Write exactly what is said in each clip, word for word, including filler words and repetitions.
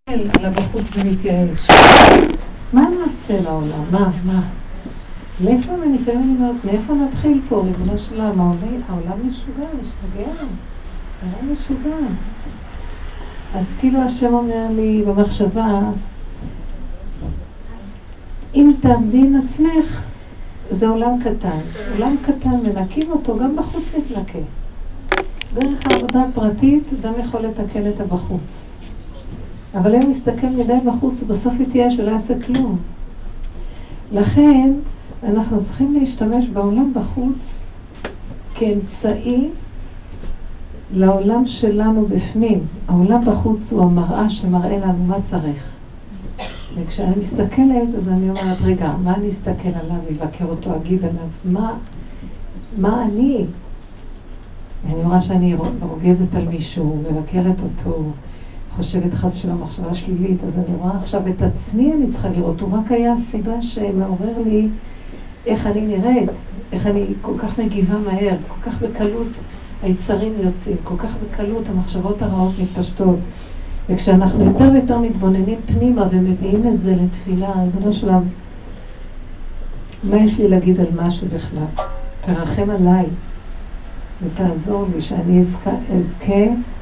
על הבחוץ ומתייאש. מה נעשה לעולם? מה? מה? לאיפה אני לפעמים אומרת, מאיפה נתחיל פה? ריבונו של עולם, העולם משוגע, משתגע. העולם משוגע. אז כאילו השם אומר לי במחשבה, אם תעבדי עם עצמך, זה עולם קטן. עולם קטן, מנקים אותו, גם בחוץ מתנקה. דרך העבודה הפרטית, אדם יכול לתקן את הבחוץ. אבל אם הוא מסתכל מדי בחוץ, בסוף יתייאש ולא יעשה כלום. לכן, אנחנו צריכים להשתמש בעולם בחוץ כאמצעי לעולם שלנו בפנים. העולם בחוץ הוא המראה שמראה לנו מה צריך. וכשאני מסתכלת, אז אני אומרת, רגע, מה אני אסתכל עליו, אבקר אותו, אגיד עליו, מה, מה אני? אני רואה שאני רוגזת על מישהו, מבקרת אותו, חושבת חס של המחשבה שלילית, אז אני רואה עכשיו את עצמי אני צריכה לראות. הוא רק היה הסיבה שמעורר לי איך אני נראית, איך אני כל כך מגיבה מהר, כל כך בקלות היצרים יוצאים, כל כך בקלות המחשבות הרעות מתפשטות. וכשאנחנו יותר ויותר מתבוננים פנימה ומביאים את זה לתפילה, ריבונו של עולם, מה יש לי להגיד על משהו בכלל? תרחם עליי ותעזור לי שאני אזכה, אזכה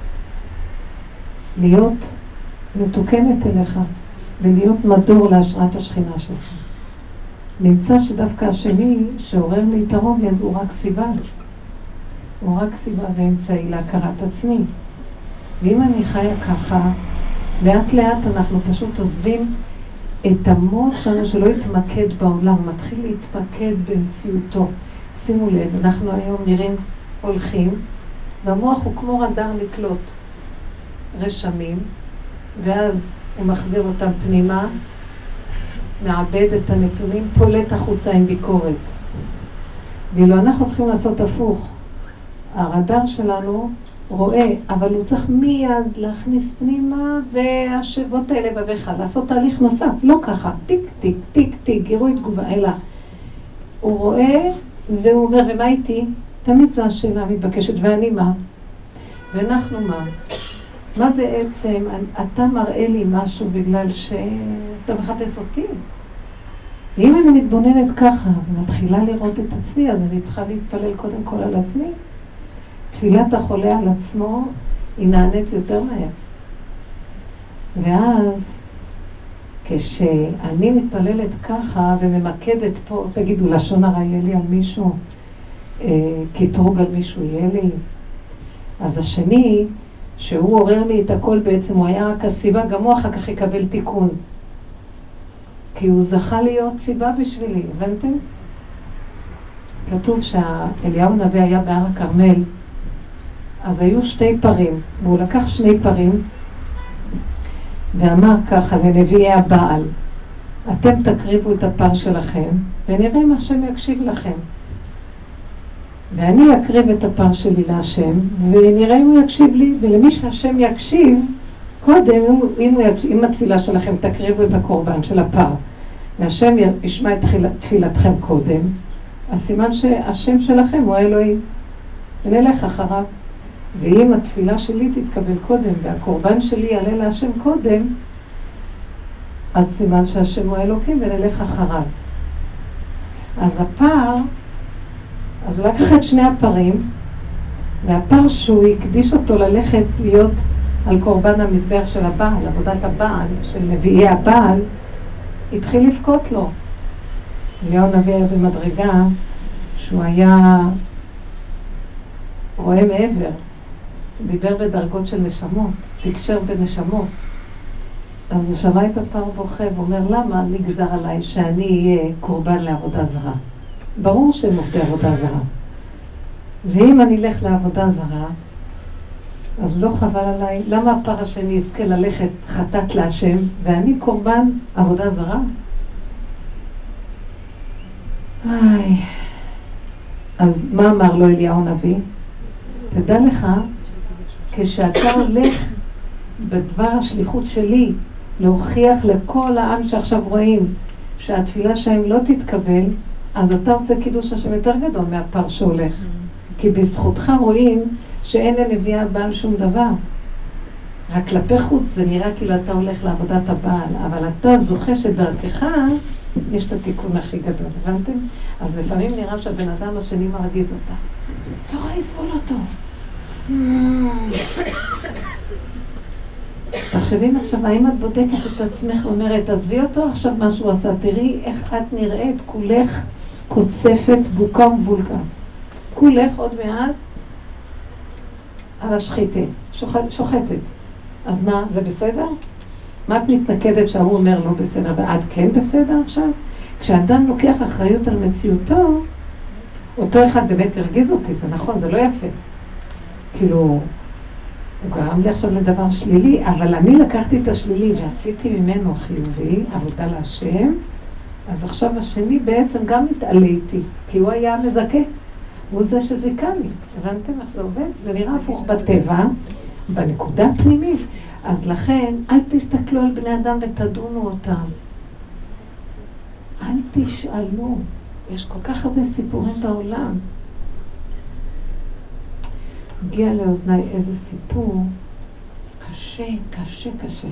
להיות מתוקנת אליך ולהיות מדור להשראת השכינה שלך. נמצא שדווקא השני שעורר לי את הרוגז הוא רק סיבה. הוא רק סיבה ואמצעי להכרת עצמי. ואם אני חיה ככה, לאט לאט אנחנו פשוט עוזבים את המוח שלנו שלא יתמקד בעולם, הוא מתחיל להתמקד במציאותו. שימו לב, אנחנו היום נראים הולכים, והמוח הוא כמו רדאר לקלוט רשמים, ואז הוא מחזיר אותם פנימה, מעבד את הנתונים, פולט החוצה עם ביקורת. ואילו אנחנו צריכים לעשות הפוך. הרדאר שלנו רואה, אבל הוא צריך מיד להכניס פנימה, והשבות האלה בבך, לעשות תהליך נוסף, לא ככה, טיק טיק טיק טיק, גירוי תגובה, אלא הוא רואה והוא אומר, ומה איתי? תמיד זו השאלה המתבקשת, ואני מה? ואנחנו מה? מה בעצם, אתה מראה לי משהו בגלל שאתה מחפש אותי? ואם אני מתבוננת ככה ומתחילה לראות את עצמי, אז אני צריכה להתפלל קודם כל על עצמי. תפילת החולה על עצמו היא נענית יותר מהר. ואז כשאני מתפללת ככה וממקדת פה, תגידו, לשון הרע יהיה לי על מישהו, כתרוג על מישהו יהיה לי. אז השני, שהוא עורר לי את הכל בעצם, הוא היה רק הסיבה, גם הוא אחר כך יקבל תיקון. כי הוא זכה להיות סיבה בשבילי, הבנתם? כתוב שאליהו נביא היה בהר הכרמל, אז היו שתי פרים, והוא לקח שני פרים, ואמר ככה לנביאי הבעל, אתם תקריבו את הפר שלכם, ונראה מה השם יקשיב לכם. ואני אקריב את הפר שלי להשם, ונראה אם הוא יקשיב לי, ולמי שהשם יקשיב, קודם, אם, יקשיב, אם התפילה שלכם תקריבו את הקורבן של הפר, והשם ישמע את תפילתכם קודם, הסימן שהשם שלכם הוא האלוהים, ונלך אחריו. ואם התפילה שלי תתקבל קודם, והקורבן שלי יעלה להשם קודם, אז סימן שהשם הוא האלוקים, ונלך אחריו. אז הפר, אז הוא לקח את שני הפרים, והפר שהוא הקדיש אותו ללכת להיות על קורבן המזבח של הבעל, עבודת הבעל, של נביאי הבעל, התחיל לבכות לו. אליהו נביא היה במדרגה שהוא היה רואה מעבר, דיבר בדרגות של נשמות, תקשר בנשמות. אז הוא שמע את הפר בוכה ואומר, למה נגזר עליי שאני אהיה קורבן לעבודה זרה? ברור שהם עובדי עבודה זרה. ואם אני אלך לעבודה זרה, אז לא חבל עליי. למה הפר השני יזכה ללכת חטאת להשם, ואני קורבן עבודה זרה? איי. אז מה אמר לו אליהו נביא? תדע לך, כשאתה הולך בדבר השליחות שלי, להוכיח לכל העם שעכשיו רואים שהתפילה שלהם לא תתקבל, אז אתה עושה קידוש השם יותר גדול מהפר שהולך. כי בזכותך רואים שאין לנביאי הבעל שום דבר. רק כלפי חוץ זה נראה כאילו אתה הולך לעבודת הבעל, אבל אתה זוכה שדרכך יש את התיקון הכי גדול, הבנתם? אז לפעמים נראה שהבן אדם השני מרגיז אותה. לא רואה לסבול אותו. תחשבי עכשיו, האם את בודקת את עצמך ואומרת, תעזבי אותו עכשיו מה שהוא עשה, תראי איך את נראית, כולך קוצפת, בוקה ומבולקה. כולך עוד מעט על השחיתה, שוחטת. אז מה, זה בסדר? מה את מתנקדת שההוא אומר לא בסדר, ואת כן בסדר עכשיו? כשאדם לוקח אחריות על מציאותו, אותו אחד באמת הרגיז אותי, זה נכון, זה לא יפה. כאילו, הוא גרם לי עכשיו לדבר שלילי, אבל אני לקחתי את השלילי ועשיתי ממנו חיובי, עבודה להשם, אז עכשיו השני בעצם גם מתעלה איתי, כי הוא היה מזכה. הוא זה שזיקה לי. הבנתם איך זה עובד? זה נראה הפוך בטבע, בנקודה פנימית. אז לכן, אל תסתכלו על בני אדם ותדונו אותם. אל תשאלו. יש כל כך הרבה סיפורים בעולם. הגיע לאוזניי איזה סיפור קשה, קשה, קשה.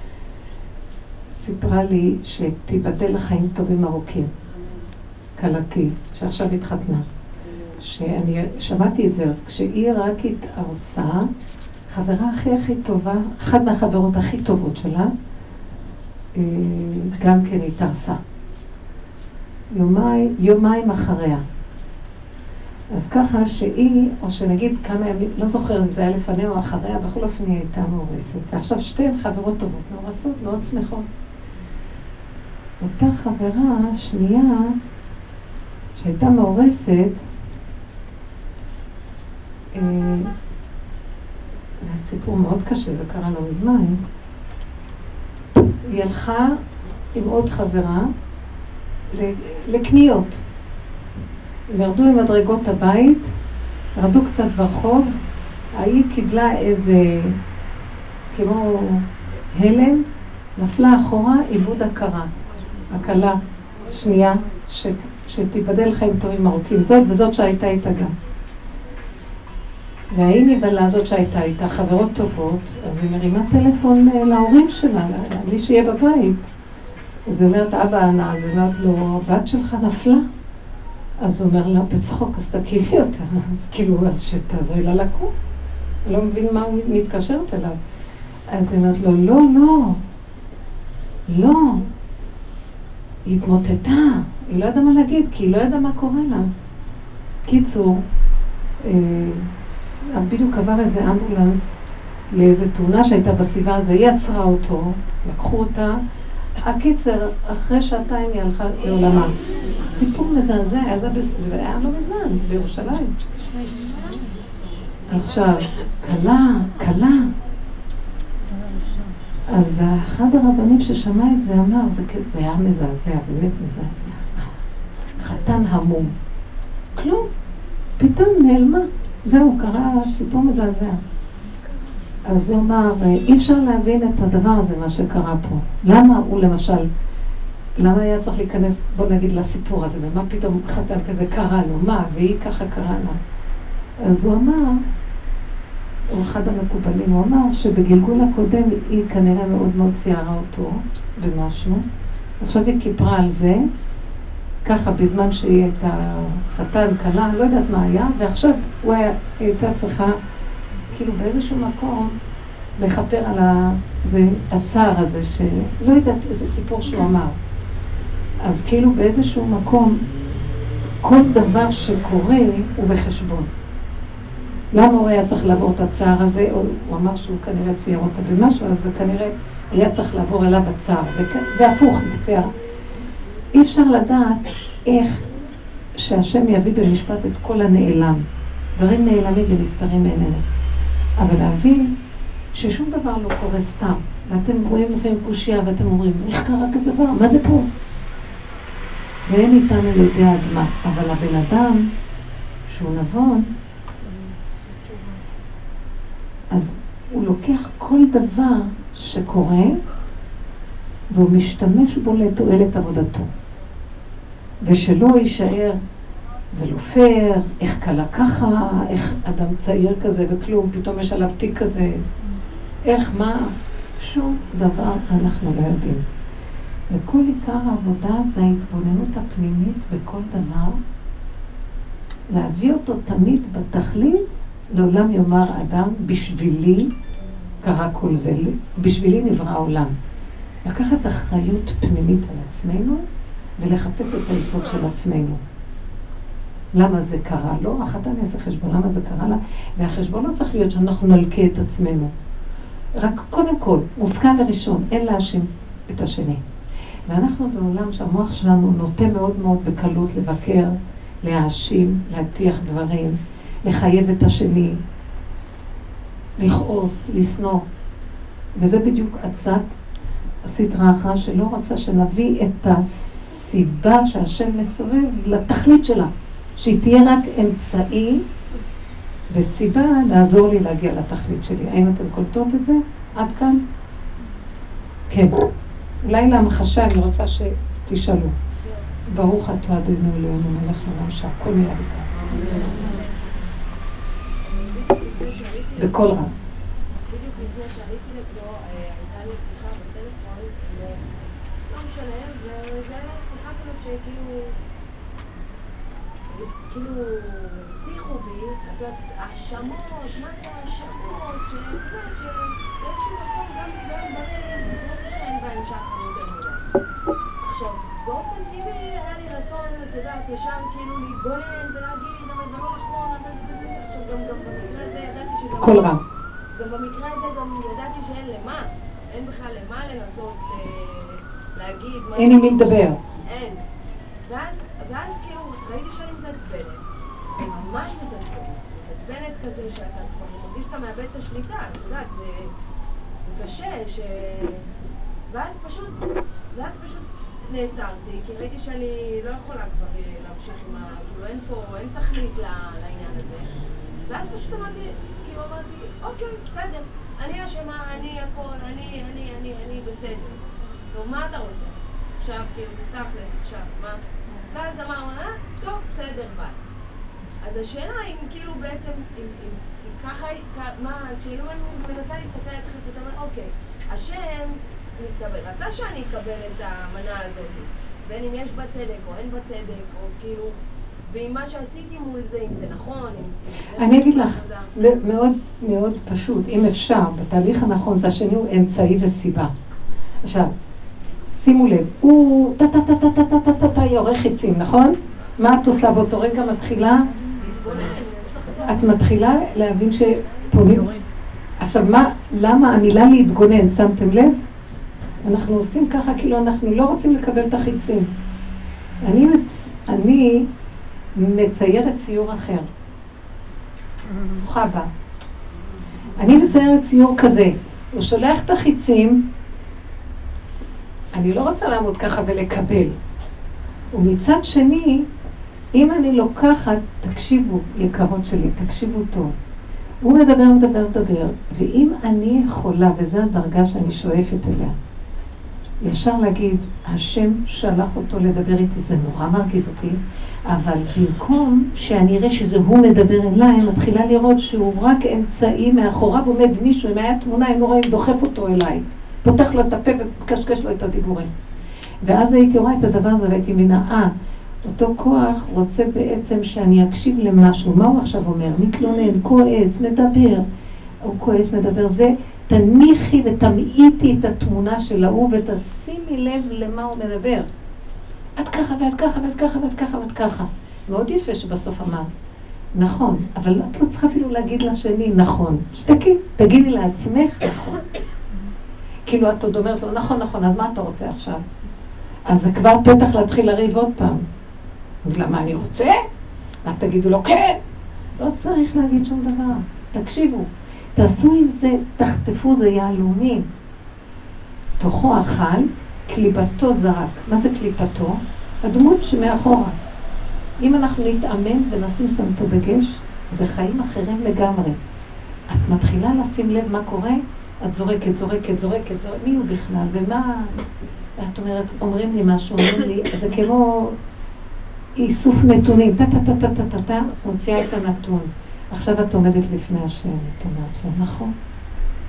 סיפרה לי שתיבדל לחיים טובים ארוכים. קלתי, שעכשיו התחתנה. שאני שמעתי את זה, אז כשהיא רק התארסה, חברה הכי הכי טובה, אחת מהחברות הכי טובות שלה, גם כן התארסה. יומיים, יומיים אחריה. אז ככה שהיא, או שנגיד כמה ימים, לא זוכר אם זה היה לפניה או אחריה, בכל אופן היא הייתה מאורסת. ועכשיו שתיהן חברות טובות, מאורסות, מאוד שמחות. אותה חברה שנייה, שהייתה מאורסת, זה סיפור מאוד קשה, זה קרה לא מזמן. היא הלכה עם עוד חברה לקניות. הם ירדו למדרגות הבית, ירדו קצת ברחוב, ההיא קיבלה איזה, כמו הלם, נפלה אחורה, איבוד הכרה. הקלה שנייה, ש, שתיבדל חיים טובים ארוכים. זאת וזאת שהייתה איתה גם. והיא נבלה הזאת שהייתה איתה, חברות טובות, אז היא מרימה טלפון להורים שלה, למי שיהיה בבית. אז היא אומרת, אבא ענה, אז היא אומרת לו, הבת שלך נפלה? אז הוא אומר לה, בצחוק, אז תקיבי אותה. אז כאילו, אז שתעזרי לה לקום. לא מבין מה הוא מתקשרת אליו. אז היא אומרת לו, לא, לא, לא. היא התמוטטה, היא לא ידעה מה להגיד, כי היא לא ידעה מה קורה לה. קיצור, אה, בדיוק עבר איזה אמבולנס לאיזו תאונה שהייתה בסביבה הזו, היא עצרה אותו, לקחו אותה. הקיצר, אחרי שעתיים היא הלכה לעולמה. סיפור מזעזע, זה היה לא מזמן, בירושלים. עכשיו, קלה, קלה. אז אחד הרבנים ששמע את זה אמר, זה, זה היה מזעזע, באמת מזעזע. חתן המום. כלום, פתאום נעלמה. זהו, קרה סיפור מזעזע. אז הוא אמר, אי אפשר להבין את הדבר הזה, מה שקרה פה. למה הוא למשל, למה היה צריך להיכנס, בוא נגיד, לסיפור הזה, ומה פתאום חתן כזה קרה לו, מה, והיא ככה קרה לה. אז הוא אמר, הוא אחד המקובלים, הוא אמר שבגלגול הקודם היא כנראה מאוד מאוד ציירה אותו במשהו. עכשיו היא כיפרה על זה, ככה בזמן שהיא הייתה חתן, קלה, לא יודעת מה היה, ועכשיו הוא היה, היא הייתה צריכה, כאילו באיזשהו מקום, לחפר על זה, הצער הזה, שלא יודעת איזה סיפור שהוא אמר. אז כאילו באיזשהו מקום, כל דבר שקורה הוא בחשבון. למה הוא היה צריך לעבור את הצער הזה? או הוא אמר שהוא כנראה צייר אותה במשהו, אז זה כנראה היה צריך לעבור אליו הצער, והפוך נקצר. אי אפשר לדעת איך שהשם יביא במשפט את כל הנעלם. דברים נעלמים ונסתרים מעינינו. אבל להבין ששום דבר לא קורה סתם. ואתם רואים לפעמים קושיה ואתם אומרים, איך קרה כזה דבר? מה זה פה? ואין איתנו לידי האדמה. אבל הבן אדם, שהוא נבון, אז הוא לוקח כל דבר שקורה, והוא משתמש בו לתועלת עבודתו. ושלא יישאר, זה לא פייר, איך קלה ככה, איך אדם צעיר כזה וכלום, פתאום יש עליו תיק כזה. איך, מה, שום דבר אנחנו לא יודעים. וכל עיקר העבודה זה ההתבוננות הפנימית בכל דבר, להביא אותו תמיד בתכלית, לעולם יאמר אדם, בשבילי קרה כל זה, בשבילי נברא העולם. לקחת אחריות פנימית על עצמנו, ולחפש את היסוד של עצמנו. למה זה קרה לו? החתן יעשה חשבון, למה זה קרה לה? והחשבון לא צריך להיות שאנחנו נלקה את עצמנו. רק קודם כל, מושכל הראשון, אין להאשים את השני. ואנחנו בעולם שהמוח שלנו נוטה מאוד מאוד בקלות לבקר, להאשים, להטיח דברים, לחייב את השני, לכעוס, לשנוא. וזה בדיוק עצת הסדרה האחרונה שלא רצה שנביא את הסיבה שהשם מסובב לתכלית שלה, שהיא תהיה רק אמצעי וסיבה לעזור לי להגיע לתכלית שלי. האם אתם קולטות את זה? עד כאן? כן. אולי להמחשה אני רוצה שתשאלו. ברוך אתה אדוני אלוהינו מלך העולם שהכל נהיה בקרה. בכל רם. בדיוק לפני שעליתי לפה, הייתה לי שיחה בטלפון, לא משנה, וזה היה שיחה כזאת שכאילו, כאילו, הטיחו בי, את יודעת, האשמות, מה זה האשמות, שבאמת, שבאיזשהו מקום גם בגלל דברים, לא שאין בהם שחר יותר מדי. עכשיו, באופן טבעי היה לי רצון, את יודעת, ישר כאילו להתגונן ולהגיד, אבל זה לא נכון, אבל זה זה, עכשיו גם במקרה הזה ידעתי שגם... כל רם. גם במקרה הזה גם ידעתי שאין למה, אין בכלל למה לנסות להגיד... אין עם מי לדבר. אין. ואז, ואז כאילו ראיתי שאני מתעצבנת, ממש מתעצבנת, מתעצבנת כזה שאתה כבר מרגיש שאתה מאבד את השליטה, את יודעת, זה, זה קשה, ש... ואז פשוט, ואז פשוט נעצרתי, כי ראיתי שאני לא יכולה כבר להמשיך עם ה... כאילו אין פה, אין תכלית לעניין הזה, ואז פשוט אמרתי, כאילו אמרתי, אוקיי, בסדר, אני אשמה, אני הכל, אני, אני, אני, אני בסדר. טוב, מה אתה רוצה? עכשיו, כאילו, תכלס, עכשיו, מה? ואז אמרנו, אה, טוב, בסדר, ביי. אז השאלה היא, כאילו, בעצם, אם, אם, אם ככה, מה, כשאילו אני מנסה להסתכל על תכלס, אתה אומר, אוקיי, השם, מסתבר, רצה שאני אקבל את המנה הזאת, בין אם יש בה צדק או אין בה צדק, או כאילו, ועם מה שעשיתי מול זה, אם זה נכון, אם... אני אגיד לך, מאוד מאוד פשוט, אם אפשר, בתהליך הנכון, זה השני הוא אמצעי וסיבה. עכשיו, שימו לב, הוא טה-טה-טה-טה-טה-טה-טה יורה חיצים, נכון? מה את עושה באותו רגע מתחילה? את מתחילה להבין שפונים. עכשיו, מה, למה המילה להתגונן, שמתם לב? אנחנו עושים ככה, כאילו אנחנו לא רוצים לקבל את החיצים. אני, מצ... אני מציירת ציור אחר. חווה. אני מציירת ציור כזה. הוא שולח את החיצים, אני לא רוצה לעמוד ככה ולקבל. ומצד שני, אם אני לוקחת, תקשיבו, יקרות שלי, תקשיבו טוב. הוא מדבר, מדבר, מדבר, ואם אני יכולה, וזו הדרגה שאני שואפת אליה, ישר להגיד, השם שלח אותו לדבר איתי, זה נורא מרגיז אותי, אבל במקום שאני אראה שזה הוא מדבר אליי, מתחילה לראות שהוא רק אמצעי, מאחוריו עומד מישהו, אם היה תמונה, היינו רואים, דוחף אותו אליי, פותח לו את הפה וקשקש לו את הדיבורים. ואז הייתי רואה את הדבר הזה והייתי מבינה, אה, אותו כוח רוצה בעצם שאני אקשיב למשהו. מה הוא עכשיו אומר? מתלונן, כועס, מדבר. הוא כועס, מדבר. זה תניחי ותמעיתי את התמונה של ההוא ותשימי לב למה הוא מדבר. עד ככה ועד ככה ועד ככה ועד ככה ועד ככה. מאוד יפה שבסוף אמר. נכון, אבל את לא צריכה אפילו להגיד לשני נכון. שתקי, תגידי לעצמך נכון. כאילו את עוד אומרת לו, נכון, נכון, אז מה אתה רוצה עכשיו? אז זה כבר פתח להתחיל לריב עוד פעם. למה אני רוצה? ואת תגידו לו, כן. לא צריך להגיד שום דבר. תקשיבו, תעשו עם זה, תחטפו, זה יעלומים. תוכו אכל, קליפתו זרק. מה זה קליפתו? הדמות שמאחורה. אם אנחנו נתאמן ונשים שם את הדגש, זה חיים אחרים לגמרי. את מתחילה לשים לב מה קורה, את זורקת, זורקת, זורקת, זורקת. מי הוא בכלל? ומה... את אומרת, אומרים לי משהו, אומרים לי, זה כמו איסוף נתונים, טה-טה-טה-טה-טה-טה, מוציאה את הנתון. עכשיו את עומדת לפני השם, את אומרת לו, נכון?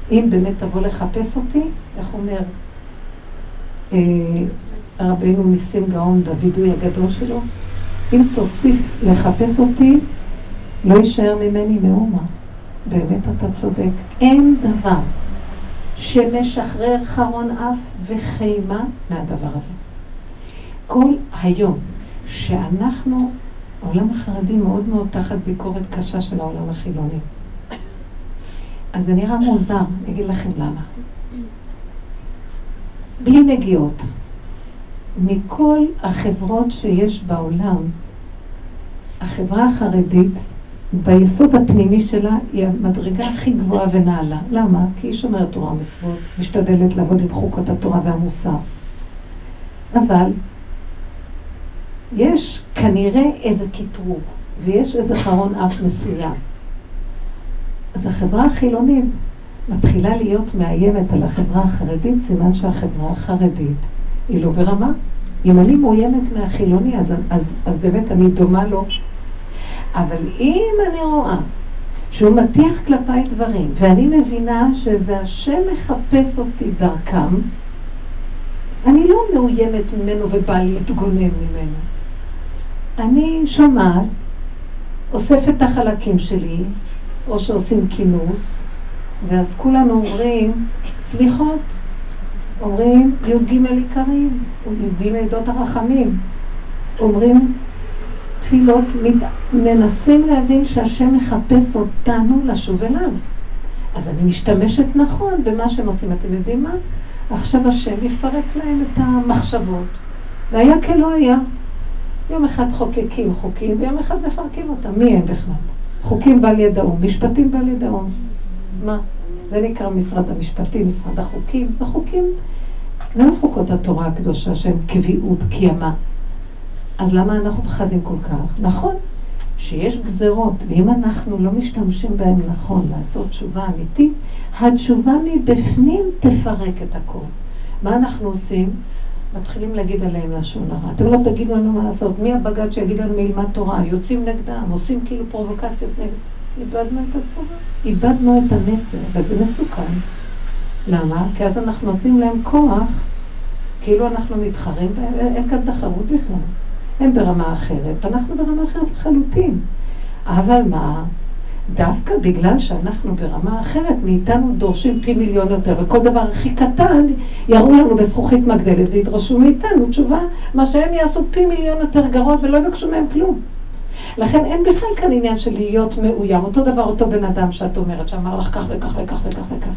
אם באמת תבוא לחפש אותי, איך אומר, אה, הרבינו ניסים גאון, דוידוי הגדול שלו, אם תוסיף לחפש אותי, לא יישאר ממני מאומה. באמת אתה צודק. אין דבר שמשחרר חרון אף וחימה מהדבר הזה. כל היום שאנחנו, העולם החרדי מאוד מאוד תחת ביקורת קשה של העולם החילוני. אז זה נראה מוזר, אני אגיד לכם למה. בלי נגיעות. מכל החברות שיש בעולם, החברה החרדית, ביסוד הפנימי שלה, היא המדרגה הכי גבוהה ונעלה. למה? כי היא שומרת תורה ומצוות, משתדלת לעבוד עם חוקות התורה והמוסר. אבל יש כנראה איזה קטרוג, ויש איזה חרון אף מסוים. אז החברה החילונית מתחילה להיות מאיימת על החברה החרדית, סימן שהחברה החרדית היא לא ברמה. אם אני מאוימת מהחילוני, אז, אז, אז באמת אני דומה לו. אבל אם אני רואה שהוא מטיח כלפיי דברים, ואני מבינה שזה השם מחפש אותי דרכם, אני לא מאוימת ממנו ובא להתגונן ממנו. אני שומעת, אוספת את החלקים שלי, או שעושים כינוס, ואז כולנו אומרים, סליחות, אומרים י"ג עיקרים, או י"ג עדות הרחמים, אומרים תפילות, מנסים להבין שהשם מחפש אותנו לשוב אליו. אז אני משתמשת נכון במה שהם עושים. אתם יודעים מה? עכשיו השם יפרק להם את המחשבות. והיה כלא היה. יום אחד חוקקים חוקים, ויום אחד מפרקים אותם. מי הם בכלל? חוקים בעל ידעום, משפטים בעל ידעום. מה? זה נקרא משרד המשפטים, משרד החוקים. החוקים, זה לא חוקות התורה הקדושה שהם קביעות, קיימה. אז למה אנחנו פחדים כל כך? נכון, שיש גזרות, ואם אנחנו לא משתמשים בהם נכון לעשות תשובה אמיתית, התשובה מבפנים תפרק את הכל. מה אנחנו עושים? מתחילים להגיד עליהם לשון הרע. אתם לא תגידו לנו מה לעשות. מי הבגד שיגיד לנו מלמד תורה? יוצאים נגדם, עושים כאילו פרובוקציות נגד. איבדנו את הצורה, איבדנו את המסר, וזה מסוכן. למה? כי אז אנחנו נותנים להם כוח, כאילו אנחנו מתחרים, אין כאן תחרות בכלל. הם ברמה אחרת, ואנחנו ברמה אחרת לחלוטין. אבל מה? דווקא בגלל שאנחנו ברמה אחרת, מאיתנו דורשים פי מיליון יותר, וכל דבר הכי קטן יראו לנו בזכוכית מגדלת, וידרשו מאיתנו תשובה, מה שהם יעשו פי מיליון יותר גרוע, ולא יבקשו מהם כלום. לכן אין בכלל כאן עניין של להיות מאוים. אותו דבר, אותו בן אדם שאת אומרת, שאמר לך כך וכך וכך וכך וכך.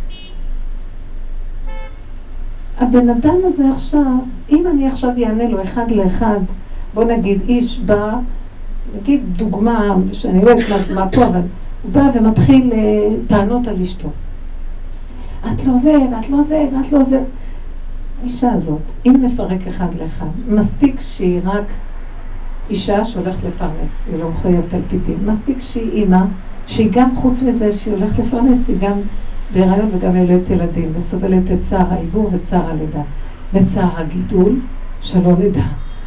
הבן אדם הזה עכשיו, אם אני עכשיו יענה לו אחד לאחד, בוא נגיד, איש בא, נגיד דוגמה, שאני לא יודעת מה פה, אבל הוא בא ומתחיל טענות על אשתו. את לא זה, ואת לא זה, ואת לא זה. האישה הזאת, אם נפרק אחד לאחד, מספיק שהיא רק אישה שהולכת לפרנס, היא לא מחויבת על פי דין. מספיק שהיא אימא, שהיא גם חוץ מזה שהיא הולכת לפרנס, היא גם בהיריון וגם ילדת ילדים, וסובלת את צער העיבור וצער הלידה, וצער הגידול, שלא נדע.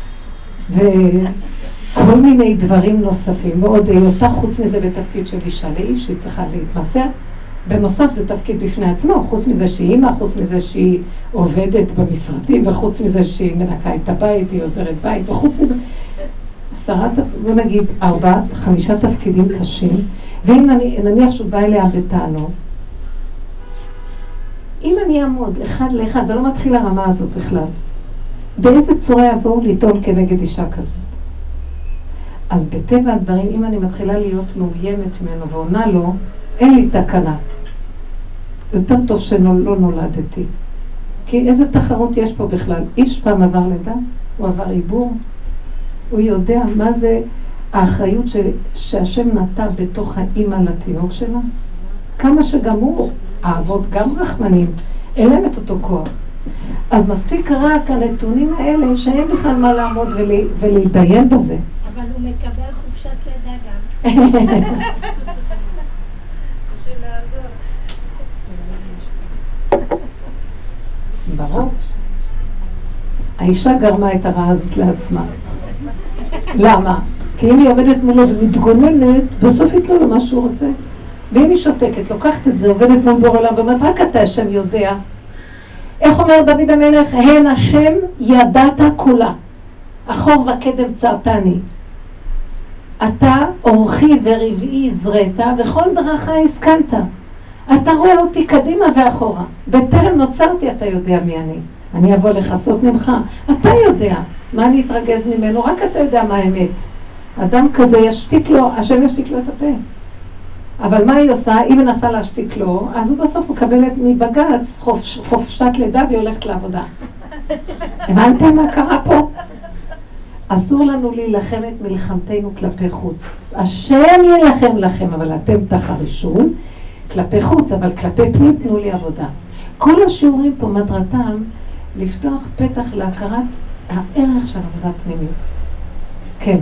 וכל מיני דברים נוספים, ועוד היותה חוץ מזה בתפקיד של אישה לאיש, שהיא צריכה להתמסר. בנוסף זה תפקיד בפני עצמו, חוץ מזה שהיא אימא, חוץ מזה שהיא עובדת במשרדים, וחוץ מזה שהיא מנקה את הבית, היא עוזרת בית, וחוץ מזה... עשרת, בוא נגיד, ארבעה, חמישה תפקידים קשים, ואם אני, נניח שהוא בא אליה בטענות, אם אני אעמוד אחד לאחד, זה לא מתחיל הרמה הזאת בכלל. באיזה צורה יבואו לטעון כנגד אישה כזאת? אז בטבע הדברים, אם אני מתחילה להיות מאוימת ממנו ועונה לו, אין לי תקנה. יותר טוב שלא נולדתי. כי איזה תחרות יש פה בכלל? איש פעם עבר לידה, הוא עבר עיבור, הוא יודע מה זה האחריות ש... שהשם נטע בתוך האימא לתינוק שלה. כמה שגם הוא, האבות גם רחמנים, אין להם את אותו כוח. אז מספיק רק הנתונים האלה שאין בכלל מה לעמוד ולה... ולהתדיין בזה. אבל הוא מקבל חופשת לידה גם. בשביל לעזור. ברור. האישה גרמה את הרעה הזאת לעצמה. למה? כי אם היא עומדת מולו ומתגוננת, בסוף יתלו לו מה שהוא רוצה. ואם היא שותקת, לוקחת את זה, עובדת מול בור עולם, ואומרת, רק אתה השם יודע. איך אומר דוד המלך? הן השם ידעת כולה. אחור וקדם צרתני. אתה אורחי ורבעי זרעת, וכל דרכה הסכנת. אתה רואה אותי קדימה ואחורה. בטרם נוצרתי אתה יודע מי אני. אני אבוא לחסות ממך. אתה יודע מה אני אתרגז ממנו, רק אתה יודע מה האמת. אדם כזה ישתיק לו, השם ישתיק לו את הפה. אבל מה היא עושה? היא מנסה להשתיק לו, אז הוא בסוף מקבלת מבגץ חופש, חופשת לידה והיא הולכת לעבודה. הבנתם מה קרה פה? אסור לנו להילחם את מלחמתנו כלפי חוץ. השם ילחם לכם, אבל אתם תחרישו כלפי חוץ, אבל כלפי פנים תנו לי עבודה. כל השיעורים פה מטרתם לפתוח פתח להכרת הערך של עבודה פנימית. כן.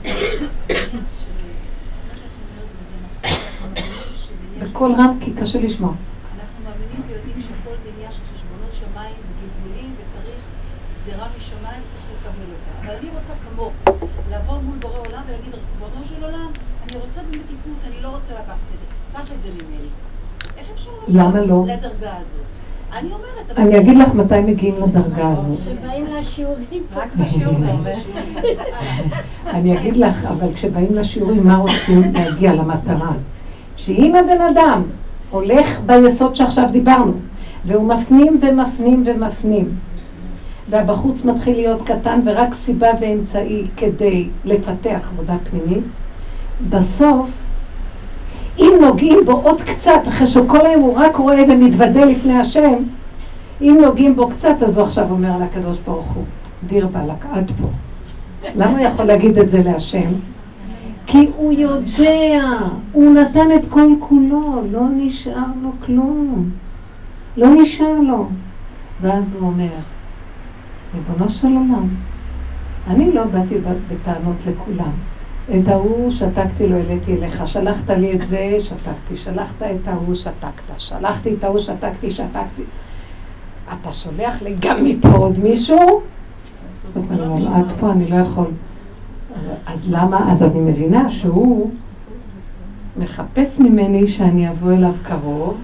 בכל רם, כי קשה לשמוע. אנחנו מאמינים ויודעים שכל זה עניין של חשבונות שמיים וגלגולים וצריך גזירה משמיים וצריך לקבל אותה. אבל אני רוצה כמוך לעבור מול בורא עולם ולהגיד, ריבונו של עולם, אני רוצה במתיקות, אני לא רוצה לקחת את זה. קח את זה ממני. איך אפשר למה לא? לדרגה הזאת? אני אומרת... אני אגיד לך מתי מגיעים לדרגה הזאת. שבאים לשיעורים. רק בשיעור זה אומר. אני אגיד לך, אבל כשבאים לשיעורים, מה רוצים להגיע למטרה? שאם הבן אדם הולך ביסוד שעכשיו דיברנו, והוא מפנים ומפנים ומפנים, והבחוץ מתחיל להיות קטן ורק סיבה ואמצעי כדי לפתח עבודה פנימית, בסוף, אם נוגעים בו עוד קצת, אחרי שכל היום הוא רק רואה ומתוודה לפני השם, אם נוגעים בו קצת, אז הוא עכשיו אומר לקדוש ברוך הוא, דיר בלק, עד פה. למה הוא יכול להגיד את זה להשם? כי הוא יודע, הוא נתן את כל כולו, לא נשאר לו כלום. לא נשאר לו. ואז הוא אומר, ריבונו של עולם, אני לא באתי בטענות לכולם. את ההוא שתקתי לו, העליתי אליך, שלחת לי את זה, שתקתי, שלחת את ההוא, שתקת, שלחתי את ההוא, שתקתי, שתקתי. אתה שולח לי גם מפה עוד מישהו? זאת אומרת, עד פה אני לא יכול. אז, אז למה? אז אני מבינה שהוא מחפש ממני שאני אבוא אליו קרוב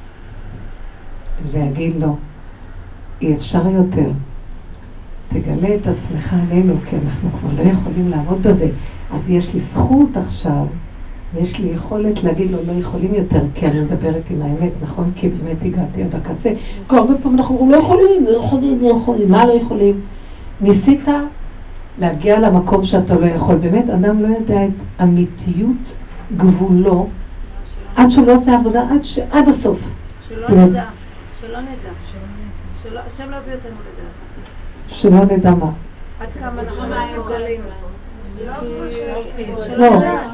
ואגיד לו, אי אפשר יותר. תגלה את עצמך עלינו, כי אנחנו כבר לא יכולים לעמוד בזה. אז יש לי זכות עכשיו, ויש לי יכולת להגיד לו, לא יכולים יותר, כי אני מדברת עם האמת, נכון? כי באמת הגעתי עד הקצה. כל הרבה פעמים אנחנו אומרים, לא יכולים, לא יכולים, לא יכולים. מה לא יכולים? ניסית להגיע למקום שאתה לא יכול. באמת, אדם לא יודע את אמיתיות גבולו, עד שלא עושה עבודה, עד, ש... עד הסוף. שלא נדע, שלא נדע, שלא, השם לא הביא אותנו לדעת. שלא נדע מה. עד כמה אנחנו מסוגלים. לא,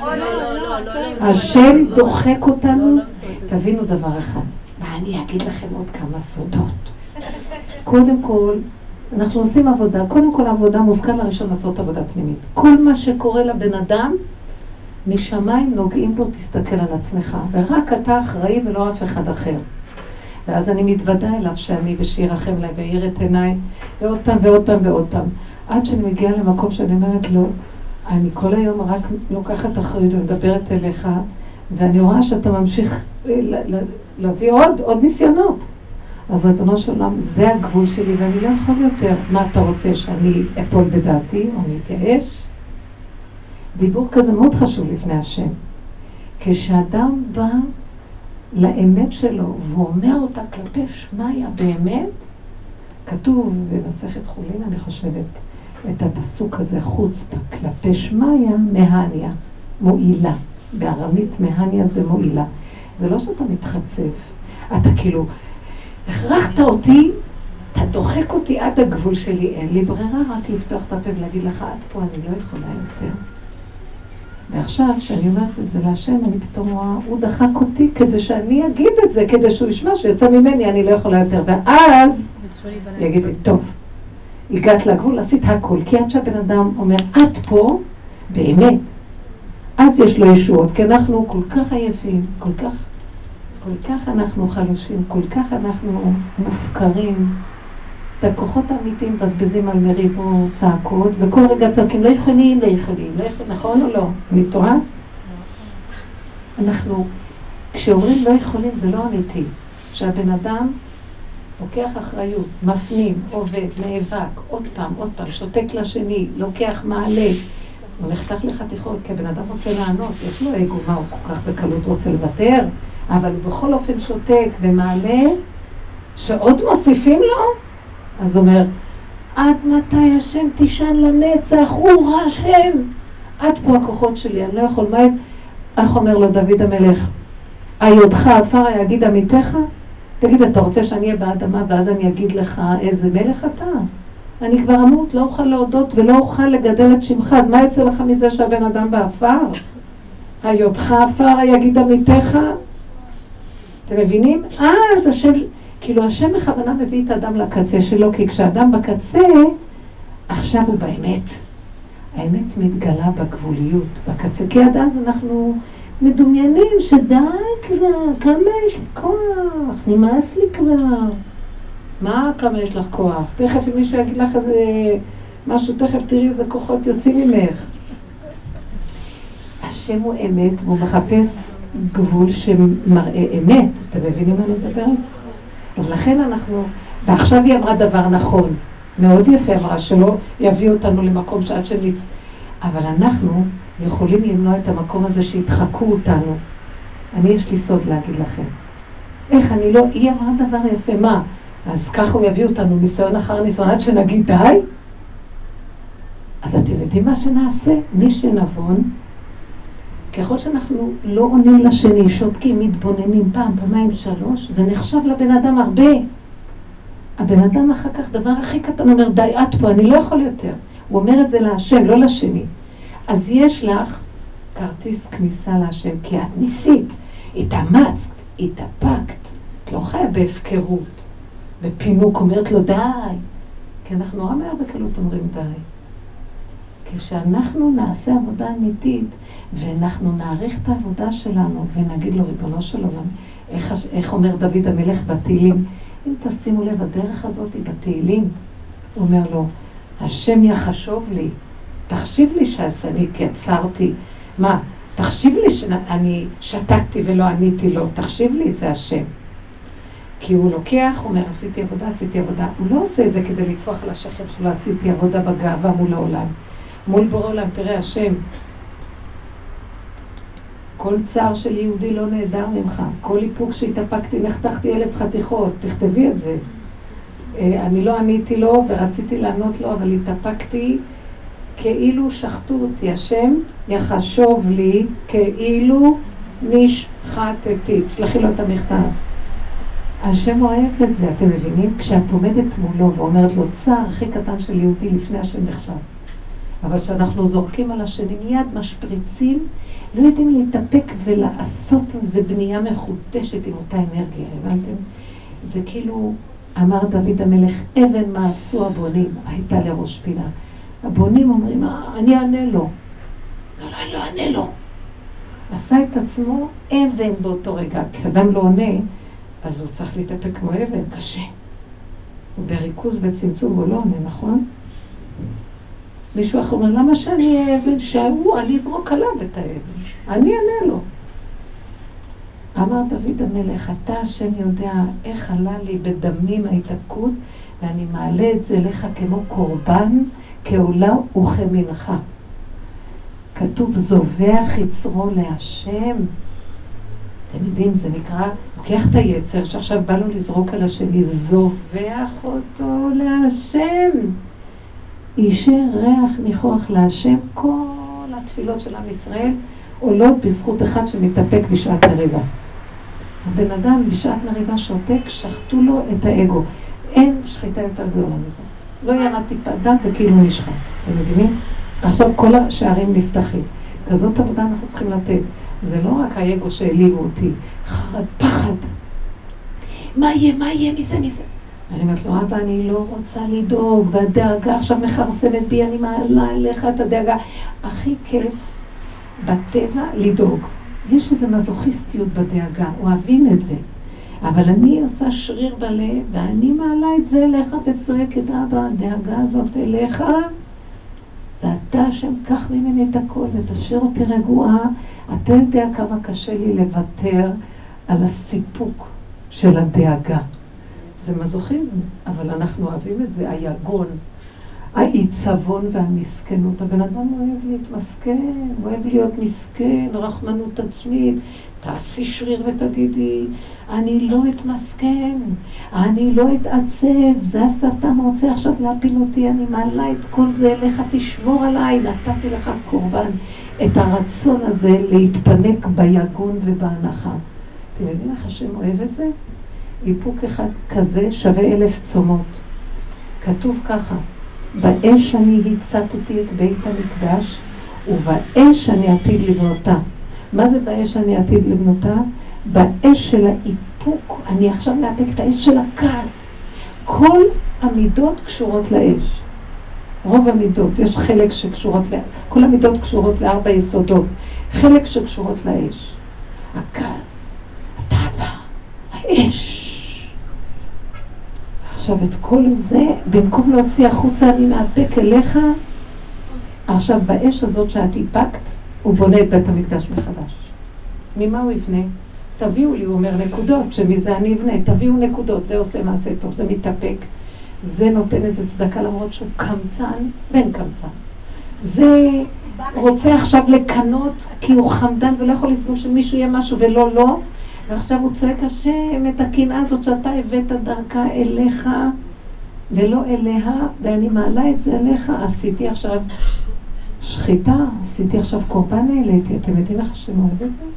השם דוחק אותנו. תבינו דבר אחד, ואני אגיד לכם עוד כמה סודות. קודם כל, אנחנו עושים עבודה, קודם כל העבודה מוזכר לראשון לעשות עבודה פנימית. כל מה שקורה לבן אדם, משמיים נוגעים בו, תסתכל על עצמך, ורק אתה אחראי ולא אף אחד אחר. ואז אני מתוודה אליו שאני ושירחם אליי ויאיר את עיניי, ועוד פעם ועוד פעם ועוד פעם. עד שאני מגיעה למקום שאני אומרת לו, אני כל היום רק לוקחת אחריות ומדברת אליך, ואני רואה שאתה ממשיך להביא עוד, עוד ניסיונות. אז ריבונו של עולם, זה הגבול שלי ואני לא יכול יותר. מה אתה רוצה, שאני אפול בדעתי או מתייאש? דיבור כזה מאוד חשוב לפני השם. כשאדם בא לאמת שלו והוא אומר אותה כלפי שמיה באמת, כתוב במסכת חולין, אני חושבת, את הפסוק הזה חוצפה, כלפי שמיה מהניה, מועילה. בארמית מהניה זה מועילה. זה לא שאתה מתחצף, אתה כאילו, הכרחת אותי, אתה דוחק אותי עד הגבול שלי, אין לי ברירה רק לפתוח את הפה ולהגיד לך, עד פה אני לא יכולה יותר. ועכשיו, כשאני אומרת את זה להשם, אני פתאום רואה, הוא דחק אותי כדי שאני אגיד את זה, כדי שהוא ישמע שיוצא ממני, אני לא יכולה יותר. ואז, יגיד לי, טוב, הגעת לגבול, עשית הכל, כי עד שהבן אדם אומר, עד פה, באמת, אז יש לו ישועות, כי אנחנו כל כך עייפים, כל כך, כל כך אנחנו חלושים, כל כך אנחנו מופקרים. את הכוחות האמיתיים בזבזים על מריבות, צעקות, וכל רגע צועקים, לא יכולים, לא יכולים, לא יכולים, נכון או לא? אני טועה? אנחנו כשאומרים לא יכולים זה לא אמיתי. שהבן אדם לוקח אחריות, מפנים, עובד, נאבק, עוד פעם, עוד פעם, שותק לשני, לוקח מעלה. הוא נחתך לחתיכות, כי הבן אדם רוצה לענות, יש לו אגו, מה הוא כל כך בקלות רוצה לוותר, אבל הוא בכל אופן שותק ומעלה, שעוד מוסיפים לו, אז הוא אומר, עד מתי השם תישן לנצח, הוא השם. עד פה הכוחות שלי, אני לא יכול, מה איך אומר לו דוד המלך? היודך עפר יגיד עמיתך? תגיד, אתה רוצה שאני אהיה באדמה ואז אני אגיד לך איזה מלך אתה? אני כבר אמות, לא אוכל להודות ולא אוכל לגדל את שמך, אז מה יוצא לך מזה שהבן אדם באפר? היודך עפר יגיד עמיתך? אתם מבינים? אה, אז השם, כאילו השם בכוונה מביא את האדם לקצה שלו, כי כשאדם בקצה, עכשיו הוא באמת. האמת מתגלה בגבוליות, בקצה, כי עד אז אנחנו מדומיינים שדי כבר, כמה יש לי כוח, נמאס לי כבר. מה כמה יש לך כוח? תכף אם מישהו יגיד לך איזה משהו, תכף תראי איזה כוחות יוצאים ממך. השם הוא אמת, והוא מחפש גבול שמראה אמת. אתם מבינים מה אני מדברת? אז לכן אנחנו, ועכשיו היא אמרה דבר נכון, מאוד יפה אמרה שלא יביא אותנו למקום שעד שניץ, אבל אנחנו יכולים למנוע את המקום הזה שיתחקו אותנו. אני יש לי סוד להגיד לכם. איך אני לא, היא אמרה דבר יפה, מה? אז ככה הוא יביא אותנו ניסיון אחר ניסיון עד שנגיד די? אז אתם יודעים מה שנעשה? מי שנבון, ככל שאנחנו לא עונים לשני, שותקים, מתבוננים פעם, פעמיים, שלוש, זה נחשב לבן אדם הרבה. הבן אדם אחר כך, דבר הכי קטן, אומר, די, את פה, אני לא יכול יותר. הוא אומר את זה להשם, לא לשני. אז יש לך כרטיס כניסה להשם, כי את ניסית, התאמצת, התאפקת, את לא חיה בהפקרות, בפינוק אומרת לו די, כי אנחנו נורא מהר בקלות אומרים די. כשאנחנו נעשה עבודה אמיתית, ואנחנו נעריך את העבודה שלנו, ונגיד לו ריבונו של עולם, איך, איך אומר דוד המלך בתהילים, אם תשימו לב, הדרך הזאת היא בתהילים, הוא אומר לו, השם יחשוב לי, תחשיב לי שעשני כי עצרתי, מה, תחשיב לי שאני שתקתי ולא עניתי לו, תחשיב לי את זה השם. כי הוא לוקח, הוא אומר, עשיתי עבודה, עשיתי עבודה, הוא לא עושה את זה כדי לטפוח על השכם שלו, עשיתי עבודה בגאווה מול העולם. מול בורא עולם, תראה השם, כל צער של יהודי לא נהדר ממך, כל איפוק שהתאפקתי, נחתכתי אלף חתיכות, תכתבי את זה. אני לא עניתי לו ורציתי לענות לו, אבל התאפקתי כאילו שחטו אותי. השם יחשוב לי כאילו נשחטתי. תשלחי לו את המכתב. השם אוהב את זה, אתם מבינים? כשאת עומדת מולו ואומרת לו, צער הכי קטן של יהודי לפני השם נחשב. אבל כשאנחנו זורקים על השני מיד משפריצים, לא יודעים להתאפק ולעשות עם זה בנייה מחודשת עם אותה אנרגיה, הבנתם? זה כאילו, אמר דוד המלך, אבן מה עשו הבונים, הייתה לראש פינה. הבונים אומרים, אני אענה לו. לא, לא, אני לא אענה לו. עשה את עצמו אבן באותו רגע, כי אדם לא עונה, אז הוא צריך להתאפק כמו אבן, קשה. בריכוז וצמצום הוא לא עונה, נכון? מישהו אחר אומר, למה שאני אהיה אבן? שהוא, אני אזרוק עליו את האבן. אני אענה לו. אמר דוד המלך, אתה השם יודע איך עלה לי בדמים ההתאפקות, ואני מעלה את זה לך כמו קורבן, כעולה וכמנחה. כתוב, זובח יצרו להשם. אתם יודעים, זה נקרא, לוקח את היצר שעכשיו בא לו לזרוק על השני, זובח אותו להשם. אישר ריח ניחוח להשם, כל התפילות של עם ישראל עולות בזכות אחד שמתאפק בשעת מריבה. הבן אדם בשעת מריבה שותק, שחטו לו את האגו. אין שחיטה יותר גדולה מזה. לא ירד טיפה דם וכאילו נשחט. אתם מבינים? עכשיו כל השערים נפתחים. כזאת עבודה אנחנו צריכים לתת. זה לא רק האגו שהעליבו אותי, חרד, פחד. מה יהיה, מה יהיה מזה, מזה? אני אומרת לו, אבא, אני לא רוצה לדאוג, והדאגה עכשיו מחרסמת בי, אני מעלה אליך את הדאגה. הכי כיף בטבע לדאוג. יש איזו מזוכיסטיות בדאגה, אוהבים את זה. אבל אני עושה שריר בלב, ואני מעלה את זה אליך וצועקת, אבא, הדאגה הזאת אליך, ואתה השם, קח ממני את הכל ותשאיר אותי רגועה. אתה יודע כמה קשה לי לוותר על הסיפוק של הדאגה. זה מזוכיזם, אבל אנחנו אוהבים את זה, היגון, העיצבון והמסכנות. הבן אדם אוהב להתמסכן, אוהב להיות מסכן, רחמנות עצמית. תעשי שריר ותגידי, אני לא אתמסכן, אני לא אתעצב, זה השטן רוצה עכשיו להפיל אותי, אני מעלה את כל זה אליך, תשמור עליי, נתתי לך קורבן. את הרצון הזה להתפנק ביגון ובהנחה. אתם יודעים איך השם אוהב את זה? איפוק אחד כזה שווה אלף צומות. כתוב ככה, באש אני הצתתי את בית המקדש, ובאש אני עתיד לבנותה. מה זה באש אני עתיד לבנותה? באש של האיפוק, אני עכשיו מאפק את האש של הכעס. כל המידות קשורות לאש. רוב המידות, יש חלק שקשורות לאש. כל המידות קשורות לארבע יסודות. חלק שקשורות לאש. הכעס, התאווה, האש. עכשיו את כל זה, במקום להוציא החוצה אני מאפק אליך, עכשיו באש הזאת שאת איפקת, הוא בונה את בית המקדש מחדש. ממה הוא יבנה? תביאו לי, הוא אומר, נקודות, שמזה אני אבנה, תביאו נקודות, זה עושה מעשה טוב, זה מתאפק, זה נותן איזה צדקה למרות שהוא קמצן, בן קמצן. זה רוצה עכשיו לקנות כי הוא חמדן ולא יכול לסבור שמישהו יהיה משהו ולא לא, ועכשיו הוא צועק השם את הקנאה הזאת שאתה הבאת דרכה אליך ולא אליה, ואני מעלה את זה אליך, עשיתי עכשיו שחיטה, עשיתי עכשיו קורבן העליתי, אתם יודעים איך השם אוהב את זה?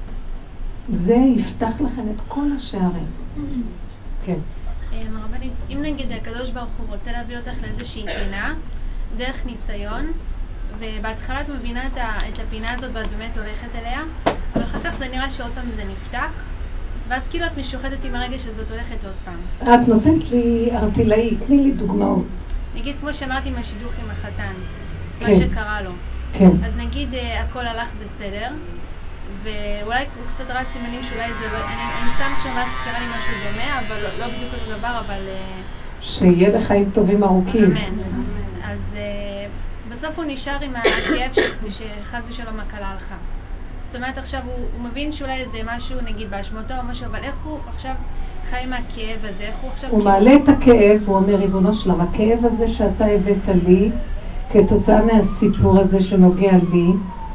זה יפתח לכם את כל השערים. כן. מרבנית, אם נגיד הקדוש ברוך הוא רוצה להביא אותך לאיזושהי פינה, דרך ניסיון, ובהתחלה את מבינה את הפינה הזאת ואת באמת הולכת אליה, אבל אחר כך זה נראה שעוד פעם זה נפתח, ואז כאילו את משוחדת עם הרגע שזאת הולכת עוד פעם. את נותנת לי ארטילאי, תני לי דוגמאות. נגיד כמו שאמרתי עם השידוך עם החתן, כן. מה שקרה לו. כן. אז נגיד הכל הלך בסדר, ואולי הוא קצת ראה סימנים שאולי זה לא, אני, אני סתם כשאומרת קרה לי משהו דומה, אבל לא, לא בדיוק אותו דבר, אבל... שיהיה לחיים טובים ארוכים. אמן. אז uh, בסוף הוא נשאר עם הכאב ש, שחז ושלום הקלה הלכה. זאת אומרת עכשיו הוא, הוא מבין שאולי זה משהו נגיד באשמתו או משהו, אבל איך הוא עכשיו חי עם הכאב הזה, איך הוא עכשיו... הוא כאילו... מעלה את הכאב, הוא אומר ריבונו שלם, הכאב הזה שאתה הבאת לי, כתוצאה מהסיפור הזה שנוגע לי,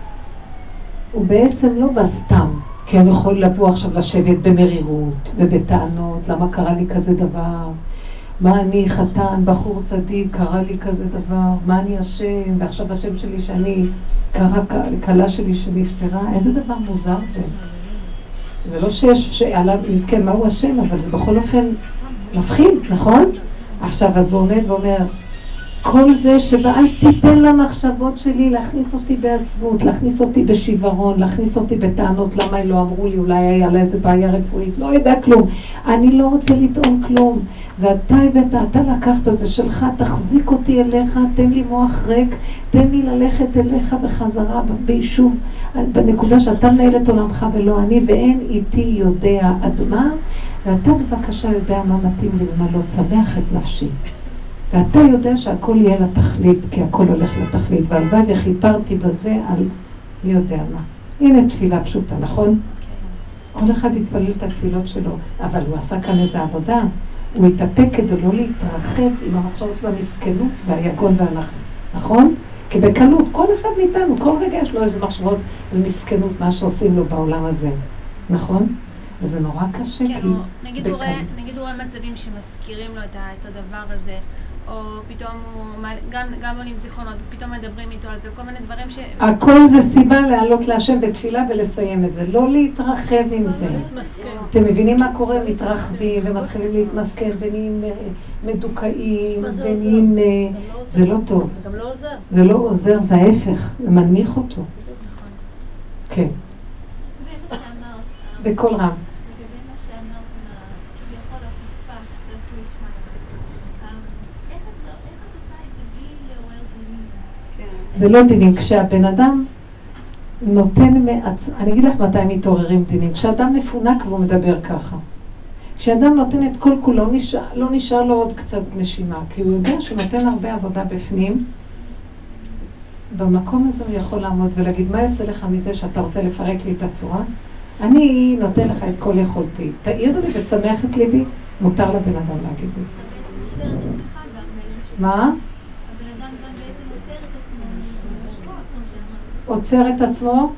הוא בעצם לא בא סתם, כי אני יכול לבוא עכשיו לשבת במרירות ובטענות, למה קרה לי כזה דבר, מה אני חתן, בחור צדיק, קרה לי כזה דבר, מה אני השם, ועכשיו השם שלי שאני, קרה קלה שלי שנפטרה, איזה דבר מוזר זה. זה לא שיש שעליו נזכן מהו השם, אבל זה בכל אופן מפחיד, נכון? עכשיו אז הוא עומד ואומר, כל זה שבא, אל תיתן למחשבות שלי להכניס אותי בעצבות, להכניס אותי בשיוורון, להכניס אותי בטענות, למה הם לא אמרו לי, אולי היה לה איזה בעיה רפואית, לא ידע כלום. אני לא רוצה לטעון כלום. זה אתה הבאת, אתה לקחת, זה שלך, תחזיק אותי אליך, תן לי מוח ריק, תן לי ללכת אליך בחזרה, ביישוב, בנקודה שאתה מנהל את עולמך ולא אני, ואין איתי יודע עד מה, ואתה בבקשה יודע מה מתאים לי ומה לא, צמח את נפשי. ואתה יודע שהכל יהיה לתכלית, כי הכל הולך לתכלית, והלוואי וכיפרתי בזה על מי יודע מה. הנה תפילה פשוטה, נכון? כל אחד יתפלל את התפילות שלו, אבל הוא עשה כאן איזו עבודה, הוא התאפק כדי לא להתרחב עם המחשבות של המסכנות והיגון והנחה, נכון? כי בקלות, כל אחד מאיתנו, כל רגע יש לו איזה מחשבות על מסכנות, מה שעושים לו בעולם הזה, נכון? וזה נורא קשה, כן, כי... או, נגיד, הוא רואה, נגיד הוא רואה מצבים שמזכירים לו את, ה, את הדבר הזה, או פתאום הוא, גם, גם עולים זיכרונות, פתאום מדברים איתו על זה, כל מיני דברים ש... הכל זה סיבה לעלות להשם בתפילה ולסיים את זה, לא להתרחב עם זה. אתם מבינים מה קורה? מתרחבים ומתחילים להתמסכן, בין מדוכאים, בין... זה לא טוב. גם לא עוזר. זה לא עוזר, זה ההפך, זה מנמיך אותו. נכון. כן. בכל רם. זה לא דינים, כשהבן אדם נותן מעצ... אני אגיד לך מתי מתעוררים דינים, כשאדם מפונק והוא מדבר ככה. כשאדם נותן את כל כולו, לא נשאר, לא נשאר לו עוד קצת נשימה, כי הוא יודע שהוא נותן הרבה עבודה בפנים. במקום הזה הוא יכול לעמוד ולהגיד, מה יוצא לך מזה שאתה רוצה לפרק לי את הצורה? אני נותן לך את כל יכולתי. תאיר לי וצמח את ליבי, מותר לבן אדם להגיד את זה. מה? הבן אדם גם בעצם עוצר את עצמו. עוצר את עצמו?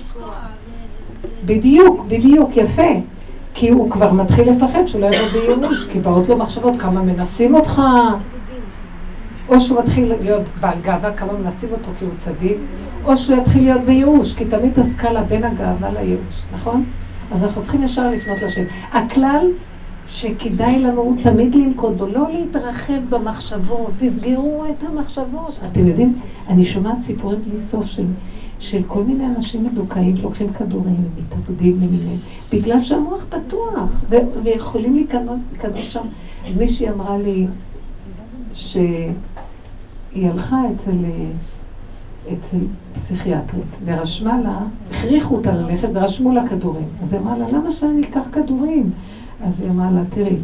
בדיוק, בדיוק, יפה. כי הוא כבר מתחיל לפחד שהוא לא יבוא בייאוש, כי באות לו מחשבות כמה מנסים אותך, או שהוא מתחיל להיות בעל גאווה, כמה מנסים אותו כי הוא צדיק, או שהוא יתחיל להיות בייאוש, כי תמיד הסקאלה בין הגאווה לייאוש, נכון? אז אנחנו צריכים ישר לפנות לשם. הכלל שכדאי לנו תמיד לנקוד בו, לא להתרחב במחשבות, תסגרו את המחשבות. אתם יודעים, אני שומעת סיפורים בלי סוף של, של כל מיני אנשים מדוכאים, לוקחים כדורים, מתאבדים למיניהם, בגלל שהמוח פתוח, ו- ויכולים להיכנס שם. מישהי אמרה לי שהיא הלכה אצל, אצל פסיכיאטרית, ורשמה לה, הכריחו אותה ללכת ורשמו לה כדורים. אז היא אמרה לה, למה שאני אקח כדורים? אז היא אמרה לה, תראי,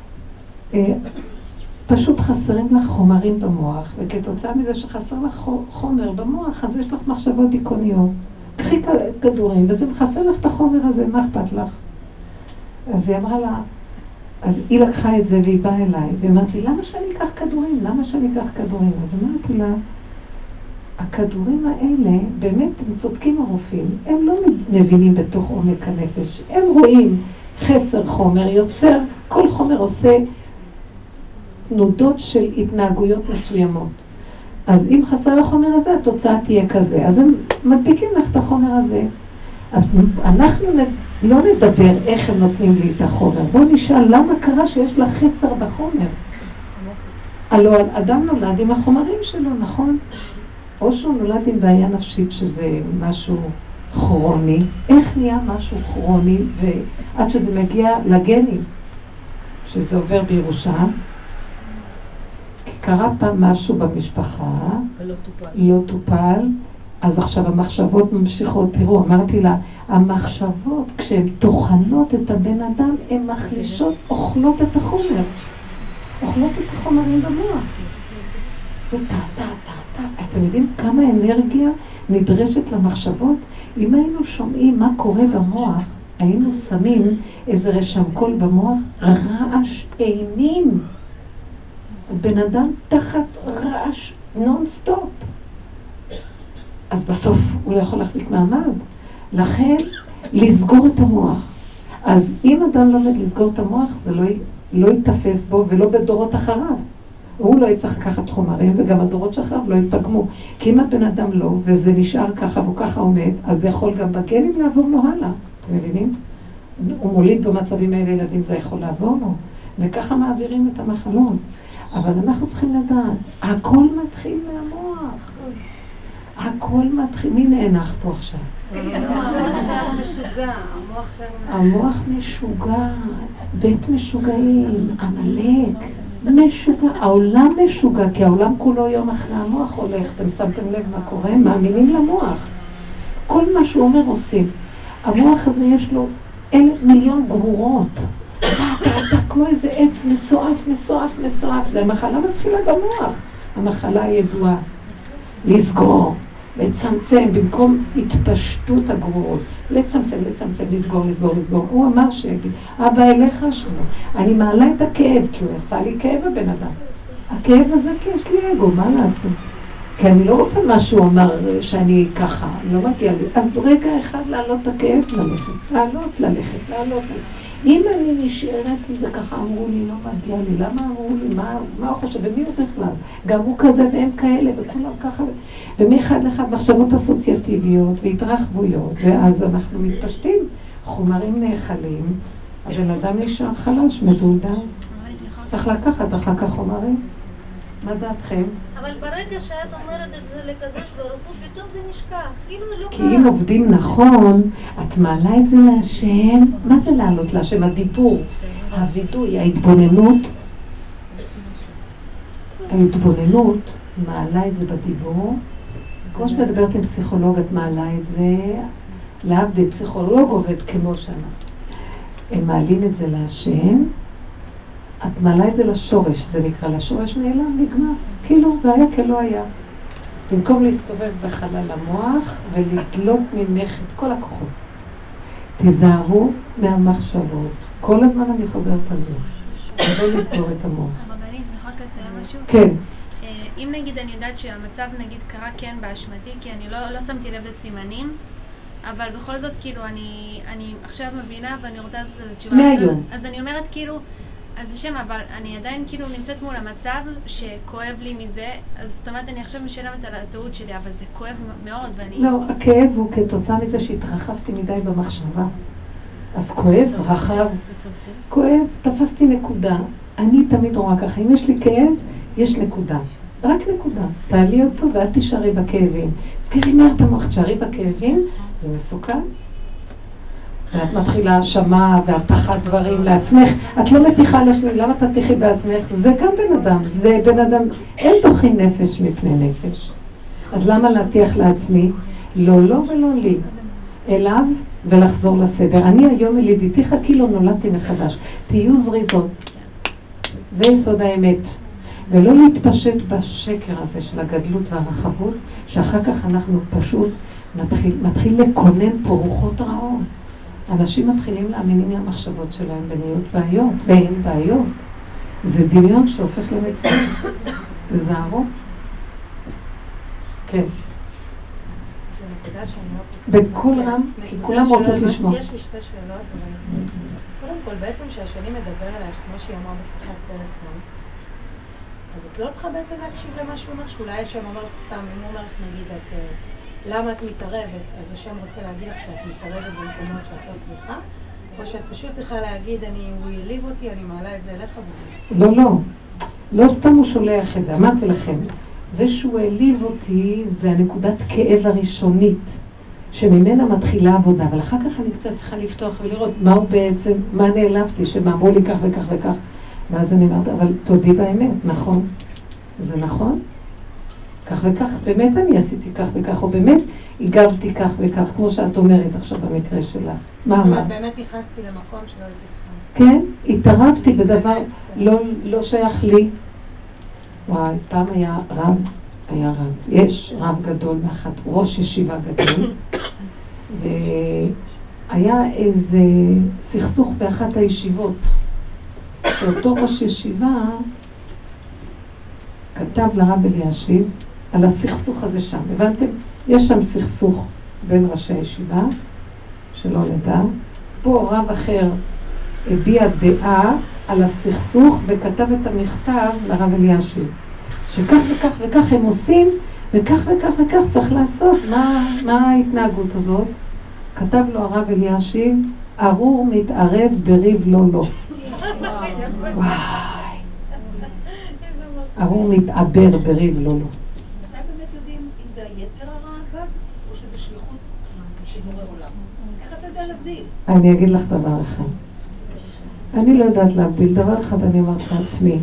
פשוט חסרים לך חומרים במוח, וכתוצאה מזה שחסר לך חומר במוח, אז יש לך מחשבות דיכאוניות. קחי כדורים, וזה מחסר לך את החומר הזה, מה אכפת לך? אז היא אמרה לה, אז היא לקחה את זה והיא באה אליי, ואמרת לי, למה שאני אקח כדורים? למה שאני אקח כדורים? אז אמרתי לה, הכדורים האלה, באמת, הם צודקים הרופאים, הם לא מבינים בתוך עומק הנפש, הם רואים חסר חומר, יוצר, כל חומר עושה תנודות של התנהגויות מסוימות. אז אם חסר החומר הזה, התוצאה תהיה כזה. אז הם מדביקים לך את החומר הזה. אז אנחנו לא נדבר איך הם נותנים לי את החומר. בואו נשאל למה קרה שיש לה חסר בחומר. הלוא אדם נולד עם החומרים שלו, נכון? או שהוא נולד עם בעיה נפשית שזה משהו כרוני. איך נהיה משהו כרוני ועד שזה מגיע לגנים, שזה עובר בירושה? כי קרה פעם משהו במשפחה, ולא טופל. לא טופל, אז עכשיו המחשבות ממשיכות. תראו, אמרתי לה, המחשבות כשהן תוכנות את הבן אדם, הן מחלישות, אוכלות את החומר. אוכלות את החומרים במוח. זה טה, טה, טה, טה. אתם יודעים כמה אנרגיה נדרשת למחשבות? אם היינו שומעים מה קורה במוח, היינו שמים איזה רשמקול במוח, רעש אימים. בן אדם תחת רעש נון-סטופ. אז בסוף הוא לא יכול להחזיק מעמד. לכן, לסגור את המוח. אז אם אדם לומד לסגור את המוח, זה לא, לא יתפס בו ולא בדורות אחריו. הוא לא יצטרך לקחת חומרים, וגם הדורות שאחריו לא יתפגמו. כי אם הבן אדם לא, וזה נשאר ככה וככה עומד, אז זה יכול גם בגנים לעבור לו הלאה. אתם מבינים? הוא מוליד במצבים האלה ילדים, זה יכול לעבור לו. וככה מעבירים את המחלות. אבל אנחנו צריכים לדעת, הכל מתחיל מהמוח. הכל מתחיל, מי נאנח פה עכשיו? המוח שלנו משוגע, המוח שלנו... המוח משוגע, בית משוגעים, עמלק, משוגע, העולם משוגע, כי העולם כולו יום אחרי המוח הולך, אתם שמתם לב מה קורה? מאמינים למוח. כל מה שהוא אומר עושים. המוח הזה יש לו אל מיליון גרורות. אתה, אתה, כמו איזה עץ מסועף, מסועף, מסועף. זה המחלה מתחילה במוח. המחלה הידועה. לסגור, לצמצם, במקום התפשטות הגרורות. לצמצם, לצמצם, לסגור, לסגור, לסגור. הוא אמר שיגיד, אבא אליך שלו. אני מעלה את הכאב, כי הוא עשה לי כאב הבן אדם. הכאב הזה כי יש לי אגו, מה לעשות? כי אני לא רוצה מה שהוא אמר שאני ככה, לא מגיע לי. אז רגע אחד לעלות את הכאב, ללכת, לעלות, ללכת, לעלות. אם אני נשארת עם זה ככה, אמרו לי, לא מגיע לי, למה אמרו לי, מה, מה הוא חושב, ומי הוא בכלל? גם הוא כזה והם כאלה, וכולם ככה, ומאחד לאחד מחשבות אסוציאטיביות והתרחבויות, ואז אנחנו מתפשטים, חומרים נאכלים, הבן אדם נשאר חלש, מדולדל. צריך לקחת אחר כך חומרים. מה דעתכם? אבל ברגע שאת אומרת את זה לקדוש ברוך הוא, פתאום זה נשכח, כאילו לא קרה. כי אם עובדים נכון, את מעלה את זה להשם. מה זה לעלות להשם? הדיבור, הווידוי, ההתבוננות. ההתבוננות מעלה את זה בדיבור. כמו שמדברת עם פסיכולוג, את מעלה את זה. להבדיל, פסיכולוג עובד כמו שנה. הם מעלים את זה להשם. את מעלה את זה לשורש, זה נקרא לשורש נעלם, נגמר. כאילו, והיה כלא היה. במקום להסתובב בחלל המוח ולדלות ממך את כל הכוחות. תיזהרו מהמחשבות. כל הזמן אני חוזרת על זה. ולא לסגור את המוח. הרבנית, אני יכולה לסיים משהו? כן. אם נגיד אני יודעת שהמצב נגיד קרה כן באשמתי, כי אני לא, לא שמתי לב לסימנים, אבל בכל זאת כאילו אני, אני עכשיו מבינה ואני רוצה לעשות את התשובה. מהיום. אז אני אומרת כאילו, אז השם, אבל אני עדיין כאילו נמצאת מול המצב שכואב לי מזה, אז זאת אומרת אני עכשיו משלמת על הטעות שלי, אבל זה כואב מאוד ואני... לא, הכאב הוא כתוצאה מזה שהתרחבתי מדי במחשבה. אז כואב, רחב, כואב, תפסתי נקודה. אני תמיד רואה ככה, אם יש לי כאב, יש נקודה. רק נקודה. תעלי אותו ואל תישארי בכאבים. זכירי מהר את המוח, תשארי בכאבים, זה מסוכן. ואת מתחילה האשמה ואת תחת דברים לעצמך. את לא מתיחה לשני, למה אתה תיחי בעצמך? זה גם בן אדם, זה בן אדם. אין תוכי נפש מפני נפש. אז למה להטיח לעצמי? לא, לא ולא לי. אליו ולחזור לסדר. אני היום ילידיתיך כאילו נולדתי מחדש. תהיו זריזות. זה יסוד האמת. ולא להתפשט בשקר הזה של הגדלות והרחבות, שאחר כך אנחנו פשוט מתחיל, מתחיל לקונן פה רוחות רעות. אנשים מתחילים להאמינים למחשבות שלהם ונהיות בעיות, ואין בעיות. זה דמיון שהופך למציאות. תזהרו. כן. בכל רם, כי כולם רוצות לשמוע. יש לי שתי שאלות, אבל קודם כל, בעצם שהשני מדבר עליך, כמו שהיא אמרה בשיחת טלפון, אז את לא צריכה בעצם להקשיב למה שהוא אומר, שאולי השם אומר לך סתם, אם הוא אומר לך נגיד את למה את מתערבת, אז השם רוצה להגיד לך שאת מתערבת במקומות שאת לא צריכה, או שאת פשוט צריכה להגיד, הוא העליב אותי, אני מעלה את זה אליך וזה. לא, לא. לא סתם הוא שולח את זה, אמרתי לכם. זה שהוא העליב אותי זה הנקודת כאב הראשונית, שממנה מתחילה עבודה, אבל אחר כך אני קצת צריכה לפתוח ולראות מה הוא בעצם, מה נעלבתי, שאמרו לי כך וכך וכך. ואז אני אומרת, אבל תודי באמת, נכון? זה נכון? כך וכך, באמת אני עשיתי כך וכך, או באמת הגבתי כך וכך, כמו שאת אומרת עכשיו במקרה שלך. מה אמרת? זאת אומרת, באמת נכנסתי למקום שלא הייתי צריכה. כן, התערבתי בדבר לא, לא שייך לי. וואי, פעם היה רב, היה רב. יש רב גדול מאחת, ראש ישיבה גדול, והיה איזה סכסוך באחת הישיבות. ואותו ראש ישיבה כתב לרב אלישיב על הסכסוך הזה שם. הבנתם? יש שם סכסוך בין ראשי הישיבה, שלא נדע. פה רב אחר הביע דעה על הסכסוך וכתב את המכתב לרב אלישיב. שכך וכך וכך הם עושים, וכך וכך וכך צריך לעשות. מה, מה ההתנהגות הזאת? כתב לו הרב אלישיב, ארור מתערב בריב לא לא. וואי. ארור מתעבר בריב לא לא. מתי באמת יודעים אם זה היצר הרע אגב, או שזה שליחות שבורא עולם? איך אתה יודע להבדיל? אני אגיד לך דבר אחד. אני לא יודעת להבדיל. דבר אחד אני אומרת לעצמי.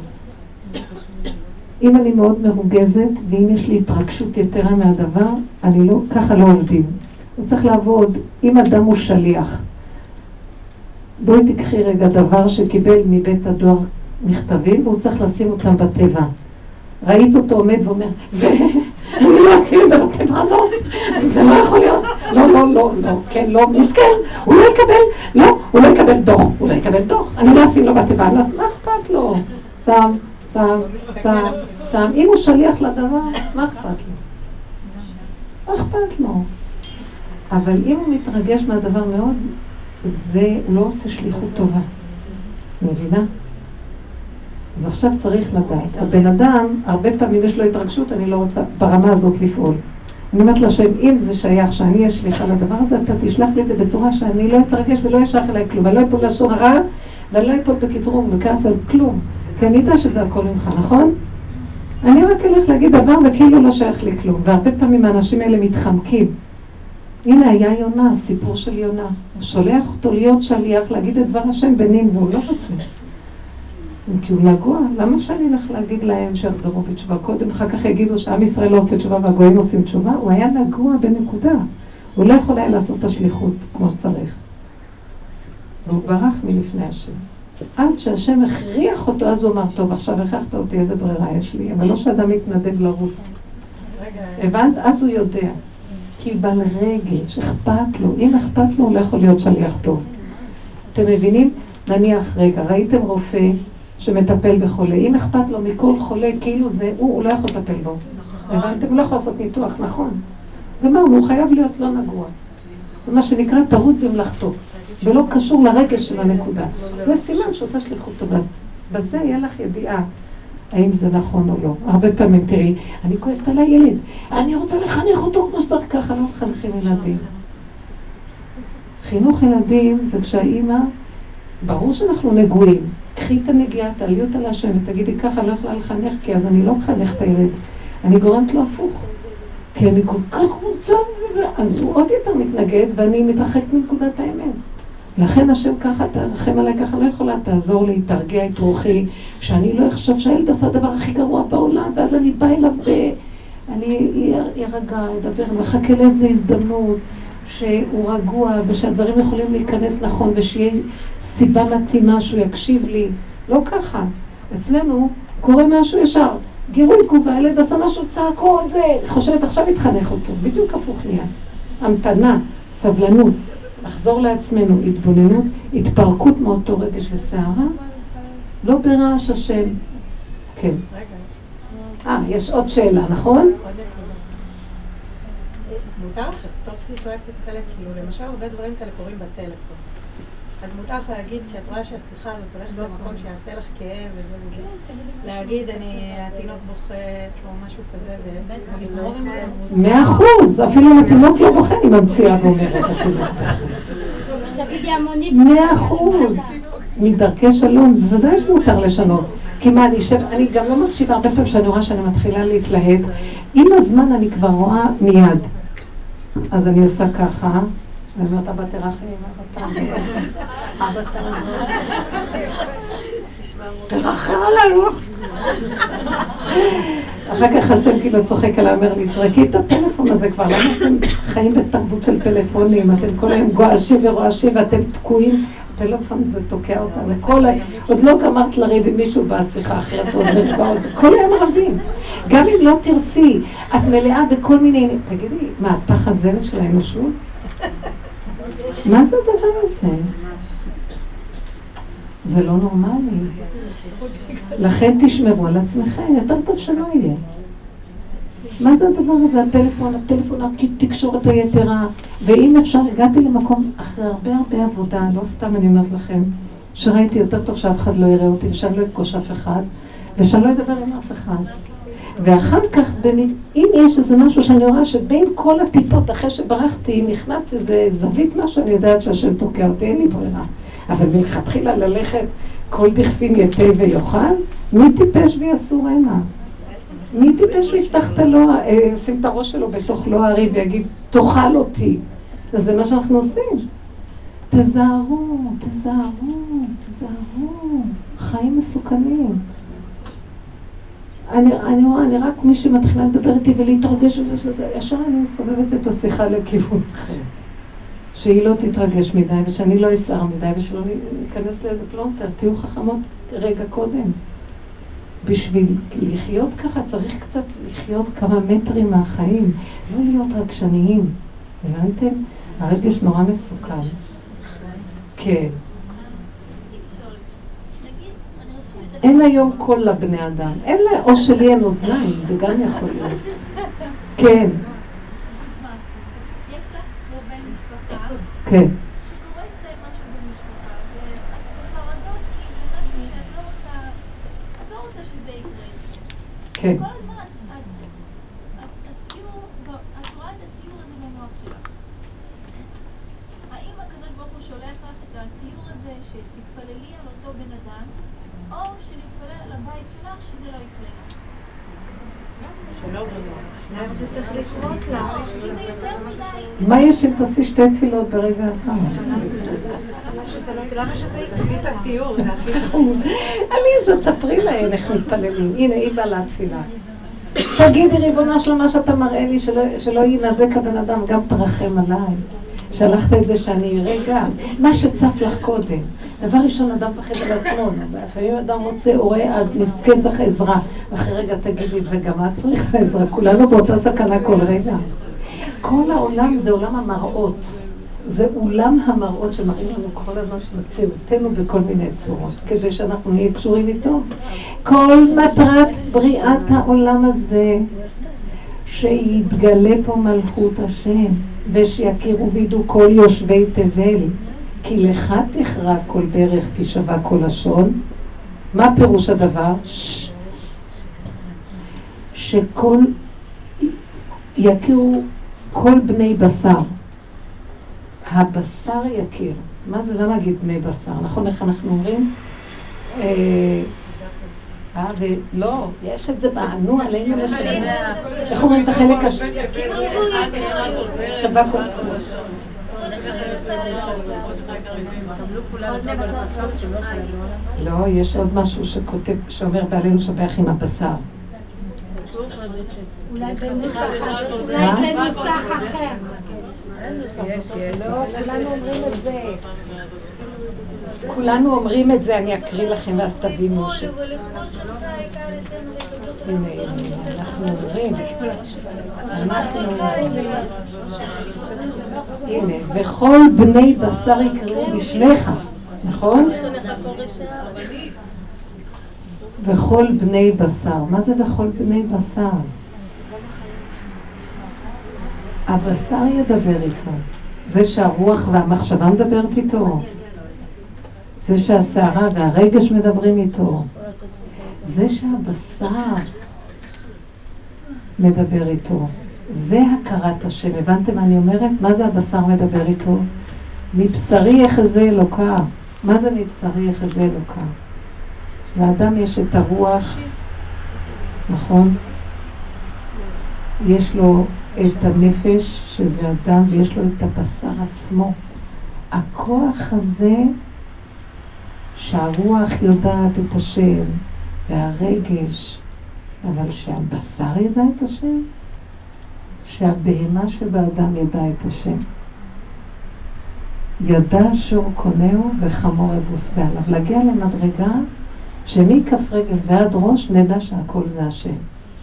אם אני מאוד מרוגזת, ואם יש לי התרגשות יתרה מהדבר, אני לא, ככה לא עובדים. הוא צריך לעבוד, אם אדם הוא שליח. בואי תקחי רגע דבר שקיבל מבית הדואר מכתבים, והוא צריך לשים אותם בטבע. ראית אותו עומד ואומר, זה, אני לא אשים את זה בטבע הזאת, זה לא יכול להיות. לא, לא, לא, לא, כן, לא, מסכן, הוא לא יקבל, לא, הוא לא יקבל דוח, הוא לא יקבל דוח, אני לא אשים לו בטבע, מה אכפת לו? שם. שם, שם, שם. אם הוא שליח לדבר, מה אכפת לו? מה אכפת לו? אבל אם הוא מתרגש מהדבר מאוד, זה, הוא לא עושה שליחות טובה. מבינה? אז עכשיו צריך לדעת. הבן אדם, הרבה פעמים יש לו התרגשות, אני לא רוצה ברמה הזאת לפעול. אני אומרת לשם, אם זה שייך שאני אהיה שליחה לדבר הזה, אתה תשלח לי את זה בצורה שאני לא אתרגש ולא ישלח אליי כלום. אני לא אפול לשון הרע, ואני לא אפול בקיצור וכעס על כלום. כי אני יודע שזה הכל ממך, נכון? אני רק אלך להגיד דבר וכאילו לא שייך לי כלום. והרבה פעמים האנשים האלה מתחמקים. הנה היה יונה, הסיפור של יונה. הוא שולח אותו להיות שליח, להגיד את דבר השם בנים, והוא לא רוצה. כי הוא נגוע. למה שאני אלך להגיד להם שיחזרו בתשובה? קודם אחר כך יגידו שעם ישראל לא עושה תשובה והגויים עושים תשובה. הוא היה נגוע בנקודה. הוא לא יכול היה לעשות את השליחות כמו שצריך. והוא ברח מלפני השם. עד שהשם הכריח אותו, אז הוא אמר, טוב, עכשיו הכרחת אותי, איזה ברירה יש לי, אבל לא שאדם מתנדב לרוץ. הבנת? אז הוא יודע. כי בעל רגש, אכפת לו. אם אכפת לו, הוא לא יכול להיות שליח טוב. אתם מבינים? נניח, רגע, ראיתם רופא שמטפל בחולה. אם אכפת לו מכל חולה, כאילו זה, הוא, הוא לא יכול לטפל בו. הבנתם? הוא לא יכול לעשות ניתוח, נכון. גמרנו, הוא חייב להיות לא נגוע. זה מה שנקרא טעות במלאכתו, ולא קשור לרגש של הנקודה. זה סימן שעושה שליחות טובה. בזה יהיה לך ידיעה. האם זה נכון או לא. הרבה פעמים תראי, אני כועסת על הילד, אני רוצה לחנך אותו כמו שצריך, ככה לא מחנכים ילדים. חינוך ילדים זה כשהאימא, ברור שאנחנו נגועים, קחי את הנגיעה, תעלי אותה להשם ותגידי ככה, לא יכולה לחנך, כי אז אני לא מחנך את הילד, אני גורמת לו הפוך. כי אני כל כך רוצה, אז הוא עוד יותר מתנגד ואני מתרחקת מנקודת האמת. לכן השם ככה, תרחם עליי, ככה לא יכולה, תעזור לי, תרגיע את רוחי, שאני לא אחשוב שהילד עשה הדבר הכי גרוע בעולם, ואז אני באה אליו ואני ארגע, אדבר, מחכה לאיזו הזדמנות, שהוא רגוע, ושהדברים יכולים להיכנס נכון, ושיהיה סיבה מתאימה שהוא יקשיב לי. לא ככה. אצלנו קורה משהו ישר. גירוי תגובה, הילד עשה משהו צעקות, זה, חושבת עכשיו התחנך אותו. בדיוק הפוך נהיה. המתנה, סבלנות. לחזור לעצמנו, התבוננות, התפרקות מאותו רגש וסערה, לא ברעש השם. כן. אה, יש עוד שאלה, נכון? מותר לך, טוב סיטואציות כאלה, כאילו, למשל הרבה דברים כאלה קורים בטלפון. אז מותר לך להגיד, כי את רואה שהשיחה הזאת הולכת במקום שיעשה לך כאב וזה וזה, להגיד, אני, התינוק בוכה או משהו כזה, ולגרום עם זה. מאה אחוז, אפילו התינוק לא בוכה, אני ממציאה ואומרת, התינוק בוכה. מאה אחוז, מדרכי שלום, בוודאי שמותר לשנות. כי מה, אני, שב, אני גם לא מקשיבה הרבה פעמים שאני רואה שאני מתחילה להתלהט. עם הזמן אני כבר רואה מיד. אז אני עושה ככה, אני אומרת, אבא תרחם, אבא תרחם. אבא תרחם. תרחם עלינו. אחר כך השם כאילו צוחק עליי, אומר לי, תזרקי את הטלפון הזה כבר, למה אתם חיים בתרבות של טלפונים? אתם כל היום גועשים ורועשים ואתם תקועים. הטלפון זה תוקע אותנו. עוד לא גמרת לריב עם מישהו בשיחה אחרת, עוד נרבעות. כל היום רבים. גם אם לא תרצי, את מלאה בכל מיני... תגידי, מה, הפח הזבל של האנושות? מה זה הדבר הזה? זה לא נורמלי. לכן תשמרו על עצמכם, יותר טוב שלא יהיה. מה זה הדבר הזה? הטלפון, הטלפון, התקשורת היתרה. ואם אפשר, הגעתי למקום אחרי הרבה הרבה עבודה, לא סתם אני אומרת לכם, שראיתי יותר טוב שאף אחד לא יראה אותי, ושאני לא אפגוש אף אחד, ושאני לא אדבר עם אף אחד. ואחר כך, אם יש איזה משהו שאני רואה שבין כל הטיפות, אחרי שברחתי, נכנס איזה זווית משהו, אני יודעת שהשם תוקע אותי, אין לי ברירה. אבל מלכתחילה ללכת כל דכפין יתה ויוכל, מי טיפש ויעשו רמה? מי טיפש ויפתח את הלוע, שים את הראש שלו בתוך לוע הרי ויגיד, תאכל אותי. אז זה מה שאנחנו עושים. תזהרו, תזהרו, תזהרו. חיים מסוכנים. אני, אני רואה, אני רק מי שמתחילה לדבר איתי ולהתרגש, ישר אני מסובבת את השיחה לכיוון אחר. שהיא לא תתרגש מדי ושאני לא אסער מדי ושלא ניכנס לאיזה פלונטר. תהיו חכמות רגע קודם. בשביל לחיות ככה צריך קצת לחיות כמה מטרים מהחיים, לא להיות רגשניים. הבנתם? הרגש נורא מסוכן. כן. אין היום קול לבני אדם. אין לה, או שלי אין אוזניים, זה גם יכול להיות. כן. יש לך רבי משפחה. כן. שזורק להם משהו במשפחה, ואת בחרדות כי זה משהו שאת לא רוצה, את לא רוצה שזה יקרה. כן. כל הזמן הציור, את רואה את הציור הזה במוח שלך. האם הקדוש ברוך הוא שולח לך את הציור הזה שתתפללי על אותו בן אדם, או שנתפלל על הבית שלך שזה לא יקרה לך? שלא בריאות. למה זה צריך לקרות לה? כי זה יותר מדי. מה יש אם תעשי שתי תפילות ברגע אחד? למה שזה יקביא את הציור? זה הכי עליזה, תספרי להן איך מתפללים. הנה, היא באה לתפילה. תגידי, ריבונו שלמה, שאתה מראה לי שלא ינזק הבן אדם, גם תרחם עליי. שלחת את זה שאני אראה גם. מה שצף לך קודם. דבר ראשון, אדם פחד על עצמו. לפעמים אדם רוצה, הוא רואה, אז מסכן צריך עזרה. ואחרי רגע תגידי, וגם את צריכה עזרה. כולנו באותה סכנה כל רגע. כל העולם זה עולם המראות. זה אולם המראות שמראים לנו כל הזמן שמציאותנו בכל מיני צורות, כדי שאנחנו נהיה קשורים איתו. כל מטרת בריאת העולם הזה, שיתגלה פה מלכות השם, ושיכירו וידעו כל יושבי תבל, כי לך תכרע כל דרך תשבע כל לשון. מה פירוש הדבר? ש... שכל יכירו כל בני בשר. הבשר יכיר. מה זה? למה להגיד בני בשר? נכון, איך אנחנו אומרים? אה, ולא, יש את זה בענו עלינו לשלם. איך אומרים את החלק השני? שווה כל לא, יש עוד משהו שכותב, שאומר בעלינו שבח עם הבשר. אולי בנוסח אחר. יש, יש. לא, כולנו אומרים את זה. כולנו אומרים את זה, אני אקריא לכם ואז תבינו ש... הנה, אנחנו אומרים. אנחנו אומרים. הנה, וכל בני בשר יקראו בשמך, נכון? וכל בני בשר. מה זה וכל בני בשר? הבשר ידבר איתו. זה שהרוח והמחשבה מדברת איתו. זה שהשערה והרגש מדברים איתו. זה שהבשר מדבר איתו. זה הכרת השם. הבנתם מה אני אומרת? מה זה הבשר מדבר איתו? מבשרי יחזה אלוקה. מה זה מבשרי יחזה אלוקה? לאדם יש את הרוח, נכון? יש לו את הנפש, שזה אדם, ויש לו את הבשר עצמו. הכוח הזה, שהרוח יודעת את השם, והרגש, אבל שהבשר ידע את השם, שהבהמה שבאדם ידע את השם. ידע שור קונהו וחמור אבוס בעליו. להגיע למדרגה שמכף רגל ועד ראש נדע שהכל זה השם.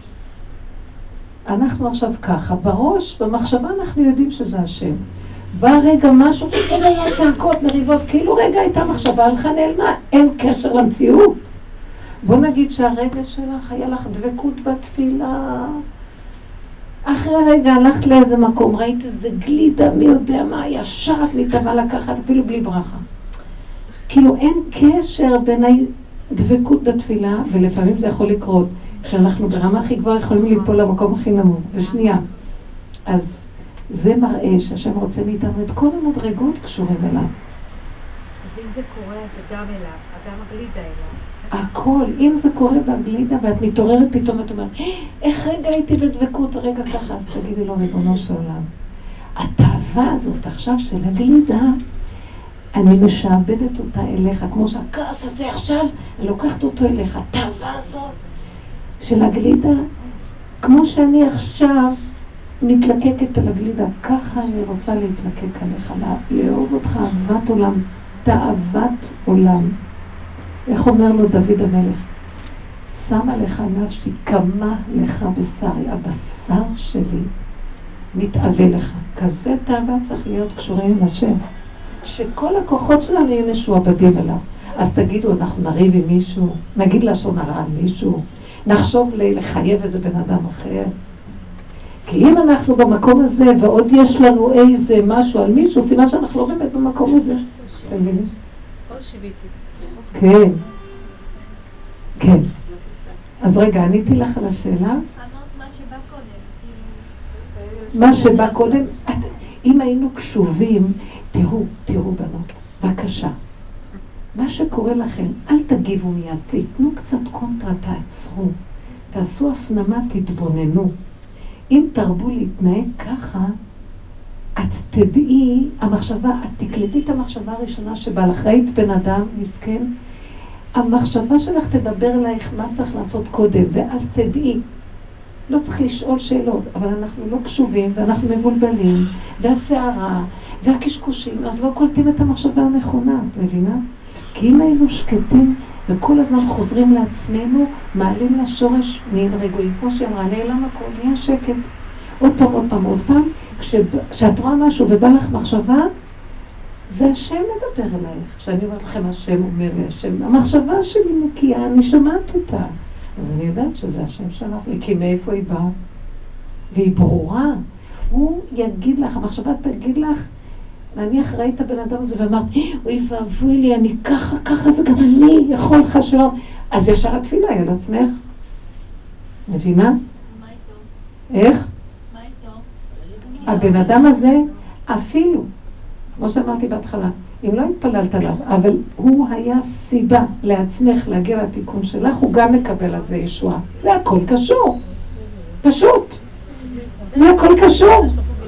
אנחנו עכשיו ככה, בראש, במחשבה אנחנו יודעים שזה השם. בא רגע משהו, אין היה צעקות, מריבות, כאילו רגע הייתה מחשבה, הלכה נעלמה, אין קשר למציאות. בוא נגיד שהרגע שלך היה לך דבקות בתפילה. אחרי רגע הלכת לאיזה מקום, ראית איזה גלידה, מי יודע מה, ישר את מתאבה לקחת, אפילו בלי ברכה. כאילו אין קשר בין הדבקות בתפילה, ולפעמים זה יכול לקרות. כשאנחנו ברמה הכי גבוהה יכולים ליפול למקום הכי נמוך, בשנייה. אז זה מראה שהשם רוצה מאיתנו את כל המדרגות קשורים אליו. אז אם זה קורה, זה גם אליו, גם הגלידה אליו. הכל, אם זה קורה בגלידה ואת מתעוררת פתאום, את אומרת, איך רגע הייתי בדבקות, רגע ככה, אז תגידי לו, ריבונו של עולם. התאווה הזאת עכשיו של הגלידה, אני משעבדת אותה אליך, כמו שהכעס הזה עכשיו, אני לוקחת אותו אליך. התאווה הזאת של הגלידה, כמו שאני עכשיו מתלקקת על הגלידה, ככה אני רוצה להתלקק עליך, לאהוב אותך אהבת עולם, תאוות עולם. איך אומר לו דוד המלך? שמה לך נפשי, כמה לך בשרי, הבשר שלי מתאווה לך. כזה תאווה צריך להיות קשורים עם השם. שכל הכוחות שלנו יהיו משועבדים אליו. אז תגידו, אנחנו נריב עם מישהו, נגיד לשון הרע על מישהו, נחשוב לחייב איזה בן אדם אחר. כי אם אנחנו במקום הזה ועוד יש לנו איזה משהו על מישהו, סימן שאנחנו לא באמת במקום הזה. אתם מבינים? כל שביתי. כן. כן. אז רגע, עניתי לך על השאלה. אמרת מה שבא קודם. מה שבא קודם, אם היינו קשובים, תראו, תראו בנות, בבקשה. מה שקורה לכם, אל תגיבו מיד, תיתנו קצת קונטרה, תעצרו. תעשו הפנמה, תתבוננו. אם תרבו להתנהג ככה, את תדעי, המחשבה, את תקלטי את המחשבה הראשונה שבא לך, ראית בן אדם מסכן, המחשבה שלך תדבר אלייך מה צריך לעשות קודם, ואז תדעי. לא צריך לשאול שאלות, אבל אנחנו לא קשובים, ואנחנו מבולבלים, והשערה, והקשקושים, אז לא קולטים את המחשבה הנכונה, את מבינה? כי אם היינו שקטים, וכל הזמן חוזרים לעצמנו, מעלים לשורש, נהיים רגועים. כמו שאמרה, נעלם הכל, נהיה שקט. עוד פעם, עוד פעם, עוד פעם. כשאת רואה משהו ובא לך מחשבה, זה השם מדבר אלייך. כשאני אומרת לכם, השם אומר לי, השם, המחשבה שלי נקייה, אני שמעת אותה. אז אני יודעת שזה השם שלך לי, כי מאיפה היא באה? והיא ברורה. הוא יגיד לך, המחשבה תגיד לך, ואני אחראית את הבן אדם הזה ואמרת, אוי ואבוי לי, אני ככה, ככה, זה גם אני, יכול לך שלום. אז ישר התפילה היא על עצמך. מבינה? מה איתו? איך? מה איתו? הבן אדם הזה, אפילו, כמו שאמרתי בהתחלה, אם לא התפללת עליו, אבל הוא היה סיבה לעצמך להגיע לתיקון שלך, הוא גם מקבל על זה ישועה. זה הכל קשור. פשוט. זה הכל קשור.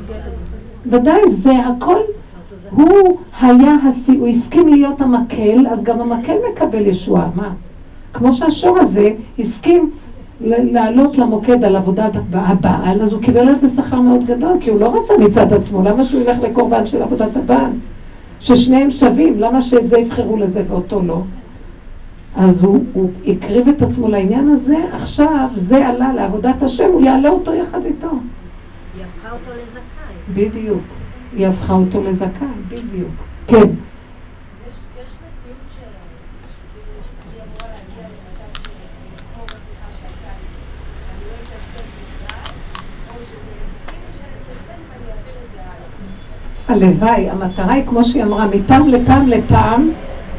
ודאי, זה הכל. הוא היה, הסי, הוא הסכים להיות המקל, אז גם המקל מקבל ישועה. מה? כמו שהשור הזה הסכים לעלות למוקד על עבודת הבעל, אז הוא קיבל על זה שכר מאוד גדול, כי הוא לא רצה מצד עצמו. למה שהוא ילך לקורבן של עבודת הבעל? ששניהם שווים, למה שאת זה יבחרו לזה ואותו לא? אז הוא, הוא הקריב את עצמו לעניין הזה, עכשיו זה עלה לעבודת השם, הוא יעלה אותו יחד איתו. היא הפכה אותו לזכאי. בדיוק. היא הפכה אותו לזכאי, בדיוק. כן. יש מציאות שהיא אמורה להגיע למצב כמו בשיחה שהייתה לי, שאני לא אתעצבן בכלל, או שזה כאילו שאתעצבן ואני אעביר את זה הלאה. הלוואי, המטרה היא כמו שהיא אמרה, מפעם לפעם לפעם,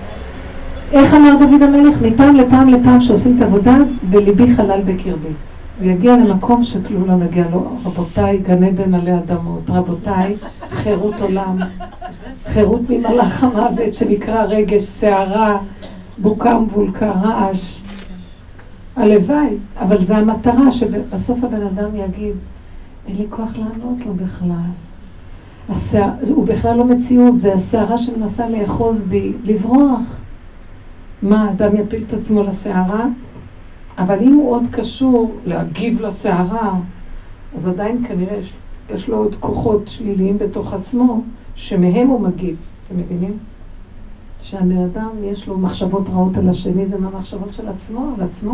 איך אמר דוד המלך? מפעם לפעם לפעם שעושים את העבודה, בליבי חלל בקרבי. הוא יגיע למקום שכלום לא נגיע לו. רבותיי, גן עדן עלי אדמות. רבותיי, חירות עולם. חירות ממלאך המוות שנקרא רגש, שערה, בוקה מבולקה, רעש. הלוואי, אבל זה המטרה שבסוף הבן אדם יגיד, אין לי כוח לענות לו בכלל. השער, הוא בכלל לא מציאות, זה השערה שמנסה לאחוז בי, לברוח. מה, אדם יפיל את עצמו לשערה? אבל אם הוא עוד קשור להגיב לשערה, אז עדיין כנראה יש, יש לו עוד כוחות שליליים בתוך עצמו, שמהם הוא מגיב. אתם מבינים? שהבן אדם יש לו מחשבות רעות על השני, זה מהמחשבות של עצמו, על עצמו.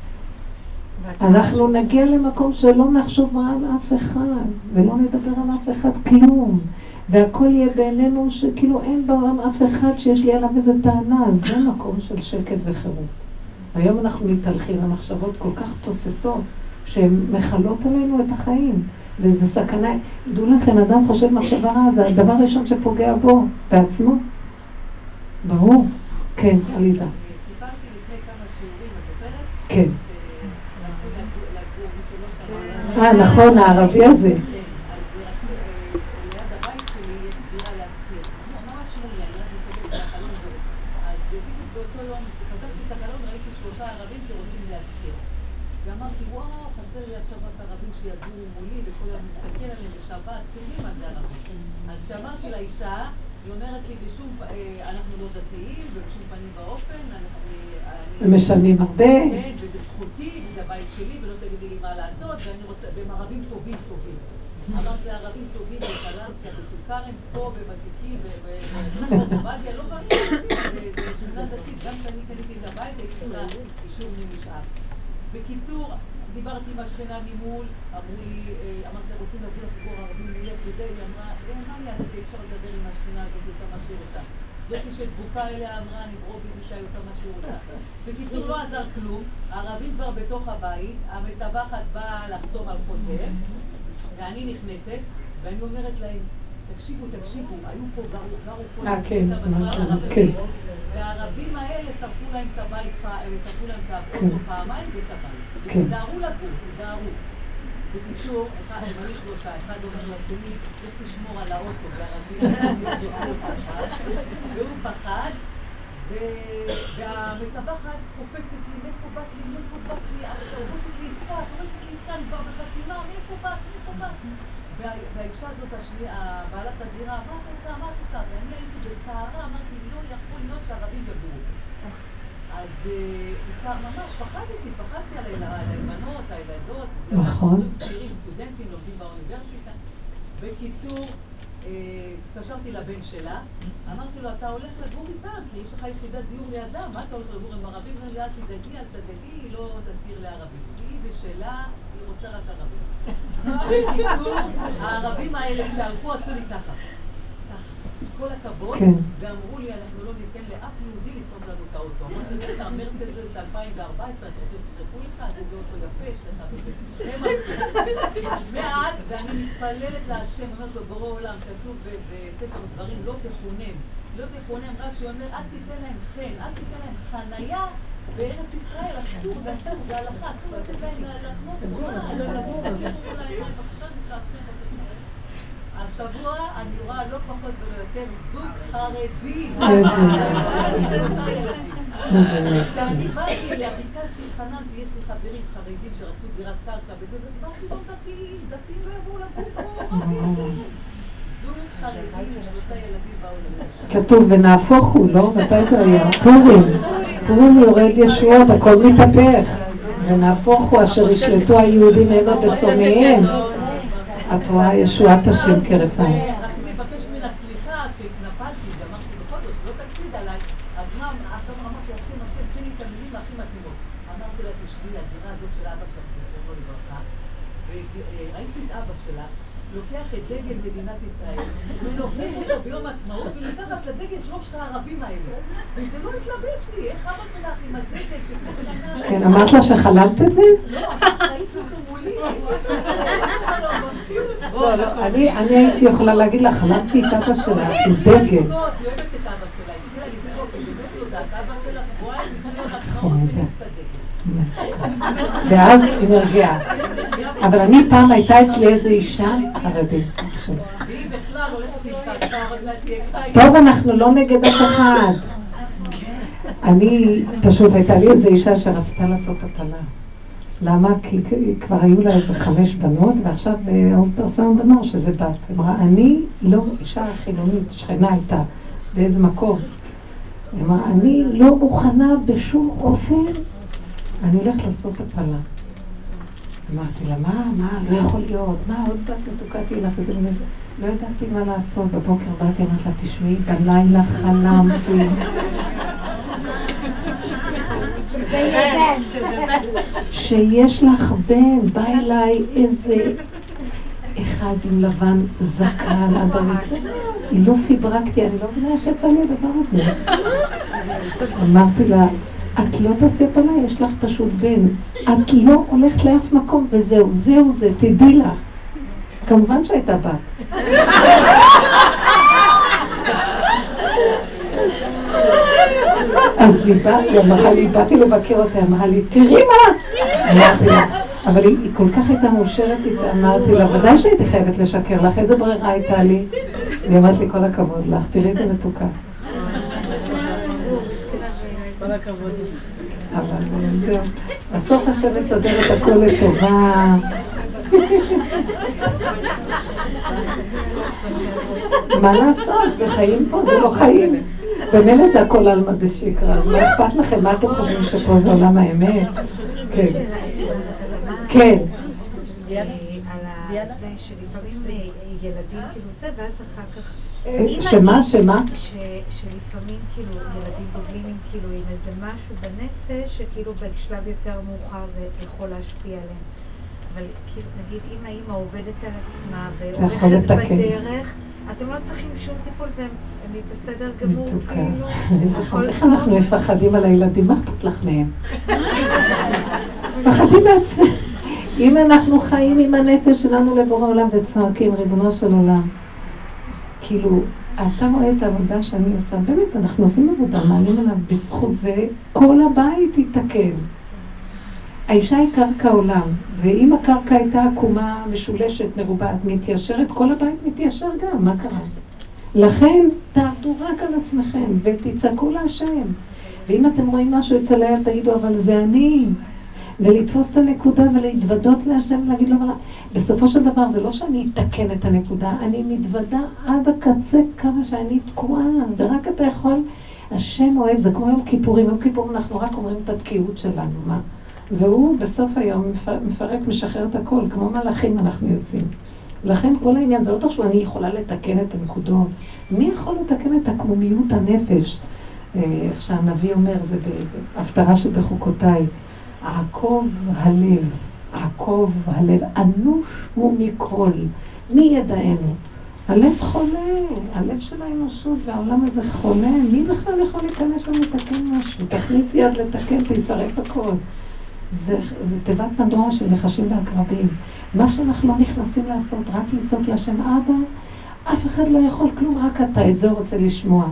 אנחנו נגיע למקום שלא נחשוב רע על אף אחד, ולא נדבר על אף אחד כלום. והכל יהיה בעינינו שכאילו אין בעולם אף אחד שיש לי עליו איזה טענה, אז זה מקום של שקט וחירות. היום אנחנו מתהלכים, המחשבות כל כך תוססות, שהן מחלות עלינו את החיים. וזה סכנה, דעו לכם, אדם חושב מחשבה רע, זה הדבר הראשון שפוגע בו, בעצמו. ברור? כן, עליזה. סיפרתי לפני כמה שיעורים, את זוכרת? כן. שרצו לגור מי שלא שמע. אה, נכון, הערבי הזה. אז ליד הבית שלי יש דירה להשכיר. ממש מולי, אני רק מסתכלת על החלון הזה. אז בדיוק באותו יום, פתחתי את החלון, ראיתי שלושה ערבים שרוצים להשכיר. ואמרתי, וואו, חסר לי עכשיו רק ערבים שיגורו מולי, וכל היום מסתכל עליהם בשבת, תראי מה זה ערבים. אז כשאמרתי לאישה, היא אומרת לי, בשום, אנחנו לא דתיים, ובשום פנים באופן, הם משלמים הרבה. כן, וזה זכותי, וזה הבית שלי, ולא תגידי לי מה לעשות, ואני רוצה, והם ערבים טובים טובים. אמרתי לערבים טובים בקלנסקה, בטולכרם, פה, בוותיקים, ובבדיה, לא בריא, זה סונה דתית, גם כשאני קניתי את הבית, הייתי צריכה אישור ממשאב. בקיצור, דיברתי עם השכנה ממול, אמרו לי, אמרתי, רוצים להביא לך גור ערבים מולך וזה, היא אמרה, מה אני אעשה, אפשר לדבר עם השכנה הזאת, היא עושה מה שהיא רוצה. זאתי שדבוקה אליה אמרה, אני ברוב אישה, היא עושה מה שהיא רוצה. בקיצור, לא עזר כלום, הערבים כבר בתוך הבית, המטווחת באה לחתום על חוזה, ואני נכנסת, ואני אומרת להם, תקשיבו, תקשיבו, היו פה גרו, גרו פה, והערבים האלה שרפו להם את הבית, שרפו להם את האוטו פעמיים ואת הבית. ותזהרו לגור, תזהרו. בקיצור, הם היו שלושה, אחד אומר לשני, איך תשמור על האוטו, והערבים שזרקו אותם, והוא פחד, והמטבחת קופצת לי, מאיפה באת לי, מאיפה באת לי, הורסת לי עסקה, הורסת לי עסקה, אני כבר בחתימה, מאיפה באת, מאיפה באת? והאישה הזאת, בעלת הדירה, מה את עושה, מה את עושה? ואני הייתי בסערה, אמרתי, לא יכול להיות שהערבים יגורו. אז ממש פחדתי, פחדתי על האלמנות, הילדות, נכון. צעירים, סטודנטים, לומדים באוניברסיטה. בקיצור, התקשרתי לבן שלה, אמרתי לו, אתה הולך לגור איתם, כי יש לך יחידת דיור לידם, מה אתה הולך לגור עם ערבים? ואני אל תדאגי, אל תדאגי, היא לא תזכיר לערבים. היא בשלה, היא רוצה רק ערבים. בקיצור, הערבים האלה שהלכו עשו לי ככה. כל הכבוד, ואמרו לי, אנחנו לא ניתן לאף יהודי לסעוד לנו את האוטו. אמרתי לך, מרצדס אלפיים וארבע עשרה, אתה רוצה שתסרקו לך, איזה אוטו יפה, יש לך בזה. מאז, ואני מתפללת להשם, אומרת לו, בורא עולם, כתוב בספר דברים, לא תכונן. לא תכונן, רק שהוא אומר, אל תיתן להם חן, אל תיתן להם חנייה בארץ ישראל, אסור, זה אסור, זה הלכה, אסור לתת להם לחנות. השבוע אני רואה לא פחות ולא יותר זוג חרדי. כשאני באתי אליה, ביקשתי, חננתי, יש לי חברים חרדים שרצו דירת קרקע וזה, ובאתי לא דתיים, דתיים לא יבואו לגור. זוג חרדים שלושה ילדים באו ללשם. כתוב ונהפוך הוא, לא? מתי זה היה? פורים. פורים יורד ישועות, הכל מתהפך. ונהפוך הוא אשר ישלטו היהודים המה בשונאיהם. את רואה ישועת השם כרפיים. רציתי לבקש ממנה סליחה שהתנפלתי, ואמרתי בכל זאת, שלא תקפיד עליי, אז מה, עכשיו אמרתי, השם, השם, תן לי את המילים הכי מתאימות. אמרתי לה, תשמעי, הדירה הזאת של אבא שלך, זכרונו לברכה, וראיתי את אבא שלך, לוקח את דגל מדינת ישראל, ולוחם אותו ביום העצמאות, ומתחת לדגל שלושת הערבים האלה. וזה לא התלבש לי, איך אבא שלך עם הדגל שכל שנה... כן, אמרת לה שחלמת את זה? לא, ראיתי אותו מולי. לא, לא, אני הייתי יכולה להגיד לה, חלמתי את אבא שלה, עם דגל. היא אוהבת את אבא שלה, היא התחילה לבדוק, היא באמת יודעת, אבא שלה שבועיים לפני עוד עצמאות ולת את הדגל. ואז היא נרגעה. אבל אני פעם הייתה אצלי איזו אישה חרדית. והיא בכלל הולכת להתקרצה, עוד מעט תהיה קטעי. טוב, אנחנו לא נגד אף אחד. אני, פשוט הייתה לי איזו אישה שרצתה לעשות הפלה. למה? כי כבר היו לה איזה חמש בנות, ועכשיו האולטרסאונד אמר שזה בת. אמרה, אני לא אישה חילונית, שכנה הייתה באיזה מקום. אמרה, אני לא מוכנה בשום אופן, אני הולכת לעשות הפלה. אמרתי לה, מה, מה, לא יכול להיות, מה, עוד בת מתוקעתי לך וזה, לא ידעתי מה לעשות. בבוקר באתי, אמרת לה, תשמעי, בלילה חלמתי. שיש לך בן, בא אליי איזה אחד עם לבן זקן עד הרצפה. היא לא פיברקתי, אני לא מבינה איך יצא לי הדבר הזה. אמרתי לה, את לא תעשי פלה, יש לך פשוט בן. את לא הולכת לאף מקום, וזהו, זהו זה, תדעי לך. כמובן שהייתה בת. אז היא באה, היא אמרה לי, באתי לבקר אותה, אמרה לי, תראי מה! אמרתי לה, אבל היא כל כך הייתה מאושרת איתה, אמרתי לה, ודאי שהייתי חייבת לשקר לך, איזה ברירה הייתה לי? היא אמרת לי, כל הכבוד לך, תראי איזה מתוקה. כל הכבוד. אבל זהו, בסוף השם מסדר את הכל לטובה. מה לעשות? זה חיים פה, זה לא חיים. במילא זה הכל על מדי שיקרא, אז מה אכפת לכם? מה אתם חושבים שפה זה עולם האמת? כן. כן. על זה שלפעמים ילדים כאילו זה, ואז אחר כך... שמה? שמה? שלפעמים כאילו ילדים גובלים עם כאילו עם איזה משהו בנפש שכאילו בשלב יותר מאוחר זה יכול להשפיע עליהם. אבל כאילו נגיד אם האמא עובדת על עצמה והולכת בדרך, אז הם לא צריכים שום טיפול והם בסדר גמור כאילו. איך אנחנו מפחדים על הילדים? מה אכפת לך מהם? מפחדים בעצמם. אם אנחנו חיים עם הנפש שלנו לבורא עולם וצועקים ריבונו של עולם, כאילו, אתה רואה את העבודה שאני עושה, באמת, אנחנו עושים עבודה, מעלים עליו, בזכות זה, כל הבית יתקן. האישה היא קרקע עולם, ואם הקרקע הייתה עקומה, משולשת, מרובעת, מתיישרת, כל הבית מתיישר גם, מה קרה? לכן, תעבדו רק על עצמכם, ותצעקו להשם. ואם אתם רואים משהו אצל הילד, תגידו, אבל זה אני. ולתפוס את הנקודה ולהתוודות להשם ולהגיד לו, בסופו של דבר זה לא שאני אתקן את הנקודה, אני מתוודה עד הקצה כמה שאני תקועה, ורק אתה יכול, השם אוהב, זה כמו יום כיפורים, יום כיפורים אנחנו רק אומרים את התקיעות שלנו, מה? והוא בסוף היום מפרק, משחרר את הכל, כמו מלאכים אנחנו יוצאים. לכן כל העניין, זה לא תחשוב, אני יכולה לתקן את הנקודות. מי יכול לתקן את עקמומיות הנפש? איך שהנביא אומר, זה בהפטרה שבחוקותיי, עקוב הלב, עקוב הלב, אנוש הוא מכל, מי ידענו? הלב חולה, הלב של האנושות והעולם הזה חולה, מי בכלל יכול להיכנס ולתקן משהו? תכניס יד לתקן, תישרף הכל. זה, זה תיבת פנדורה של נחשים ועקרבים. מה שאנחנו לא נכנסים לעשות, רק לצעוק לשם אבא, אף אחד לא יכול כלום, רק אתה, את זה רוצה לשמוע.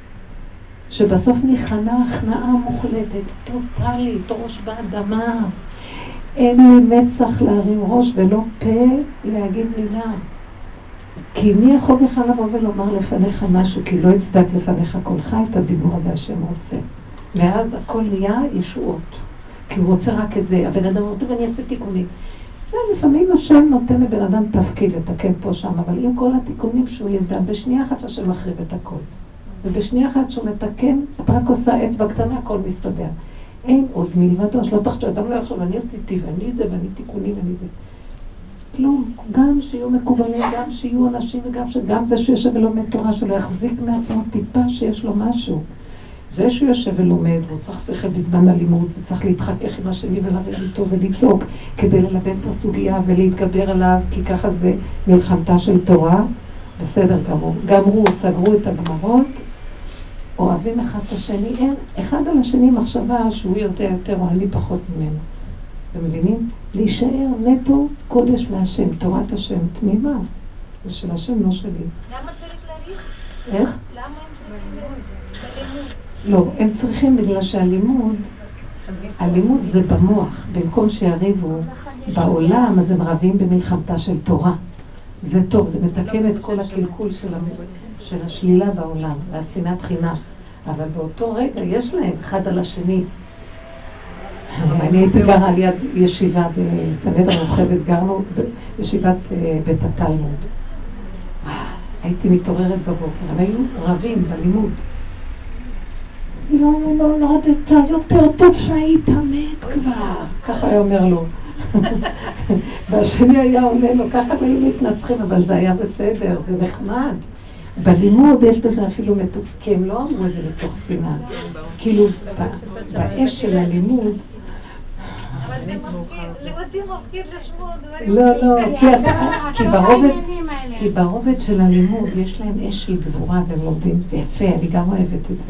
שבסוף נכנע הכנעה מוחלטת, טוטלית, ראש באדמה. אין לי מצח להרים ראש ולא פה להגיד מילה. כי מי יכול בכלל לבוא ולומר לפניך משהו, כי לא יצדק לפניך קולך, את הדיבור הזה השם רוצה. ואז הכל נהיה ישועות. כי הוא רוצה רק את זה. הבן אדם אומר, ואני אעשה תיקונים. לפעמים השם נותן לבן אדם תפקיד לתקן פה שם, אבל עם כל התיקונים שהוא ידע, בשנייה אחת שהשם מחריב את הכל. ובשנייה אחת שהוא מתקן, את רק עושה אצבע קטנה, הכל מסתדר. אין עוד מלבדו, שלא תחשוב, אדם לא יחשוב, אני עשיתי ואני זה ואני תיקונים ואני זה. כלום, גם שיהיו מקובלים, גם שיהיו אנשים וגם שגם זה שיושב ולומד תורה שלו יחזיק מעצמו טיפה שיש לו משהו. זה שהוא יושב ולומד והוא צריך שכל בזמן הלימוד וצריך להתחכך עם השני ולריב איתו ולצעוק כדי ללבן את הסוגיה ולהתגבר עליו, כי ככה זה מלחמתה של תורה, בסדר גמור. גמרו, סגרו את הגמרות, אוהבים אחד את השני, אין אחד על השני מחשבה שהוא יודע יותר או אני פחות ממנו. אתם מבינים? להישאר נטו קודש להשם, תורת השם תמימה, ושל השם לא שלי. למה צריך להריח? איך? למה הם צריכים ללימוד? לא, הם צריכים בגלל שהלימוד, הלימוד זה במוח, במקום שיריבו בעולם, אז הם רבים במלחמתה של תורה. זה טוב, זה מתקן את כל הקלקול של, המ... של השלילה בעולם, והשנאת חינם. אבל באותו רגע יש להם אחד על השני. אני הייתי גרה על יד ישיבה בסנהדרין הרחבת, גרנו בישיבת בית התלמוד. הייתי מתעוררת בבוקר, הם היו רבים בלימוד. לא, לא, לא, אתה יותר טוב שהיית מת כבר. ככה היה אומר לו. והשני היה עונה לו, ככה היו מתנצחים, אבל זה היה בסדר, זה נחמד. בלימוד יש בזה אפילו מתוק, כי הם לא אמרו את זה בתוך שנאה. כאילו, באש של הלימוד, אבל זה מפחיד, לימודים מפחיד לשמוע דברים. לא, לא, כי ברובד של הלימוד יש להם אש של גבורה והם לומדים, זה יפה, אני גם אוהבת את זה.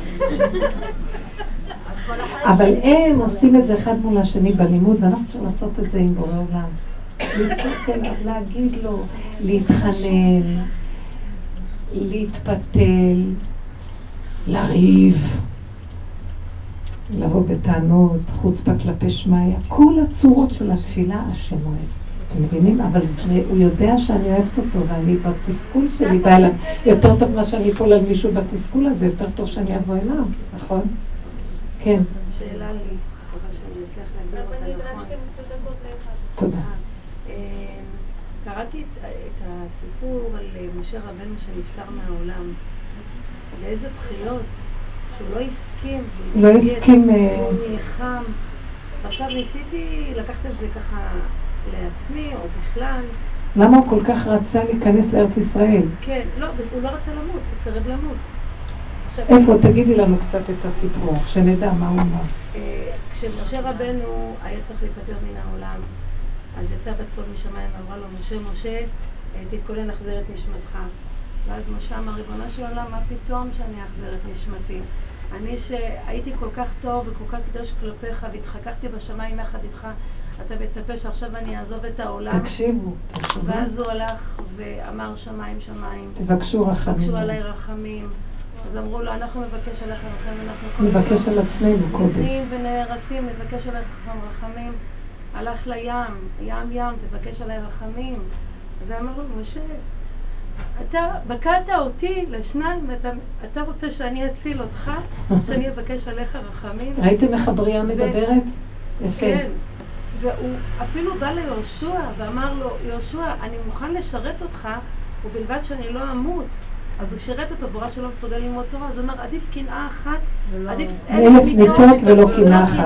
אבל הם עושים את זה אחד מול השני בלימוד, ואנחנו צריכים לעשות את זה עם בורא עולם. לצעוק אליו, להגיד לו, להתחנן, להתפתל, לריב, לבוא בטענות, חוצפה כלפי שמיה, כל הצורות של התפילה השם אוהב. אתם מבינים? אבל זה, הוא יודע שאני אוהבת אותו, ואני בתסכול שלי באה אליו. יותר טוב מה שאני אפול על מישהו בתסכול הזה, יותר טוב שאני אבוא אליו, נכון? כן. שאלה לי, מקווה שאני אצליח להגדיר אותה נכון. תודה. קראתי את הסיפור על משה רבנו שנפטר מהעולם. לאיזה בחיות שהוא לא הסכים. לא הסכים. הוא נלחם. עכשיו ניסיתי לקחת את זה ככה לעצמי או בכלל. למה הוא כל כך רצה להיכנס לארץ ישראל? כן, לא, הוא לא רצה למות, הוא סירב למות. איפה? תגידי לנו קצת את הסיפור, שנדע מה הוא אמר. כשמשה רבנו היה צריך להיפטר מן העולם, אז יצא בת קול משמיים ואמרה לו, משה, משה, תתכונן להחזיר את נשמתך. ואז משה אמר, ריבונו של עולם, מה פתאום שאני אחזיר את נשמתי? אני שהייתי כל כך טוב וכל כך קדוש כלפיך והתחככתי בשמיים יחד איתך, אתה מצפה שעכשיו אני אעזוב את העולם? תקשיבו. ואז הוא הלך ואמר שמיים שמיים. תבקשו רחמים. תבקשו עליי רחמים. אז אמרו לו, אנחנו נבקש עליך רחמים, אנחנו נבקש על עצמנו קודם. נבנים ונהרסים, נבקש עליך רחמים. הלך לים, ים ים, תבקש עליי רחמים. אז אמר לו, משה, אתה בקעת אותי לשניים, ואתה רוצה שאני אציל אותך, שאני אבקש עליך רחמים? ראיתם איך הבריאה מדברת? יפה. כן. והוא אפילו בא ליהושע ואמר לו, יהושע, אני מוכן לשרת אותך, ובלבד שאני לא אמות. אז הוא שירת אותו, בורא שלא מסוגל ללמוד תורה, אז הוא אומר, עדיף קנאה אחת, עדיף אלף מיטות ולא קנאה אחת.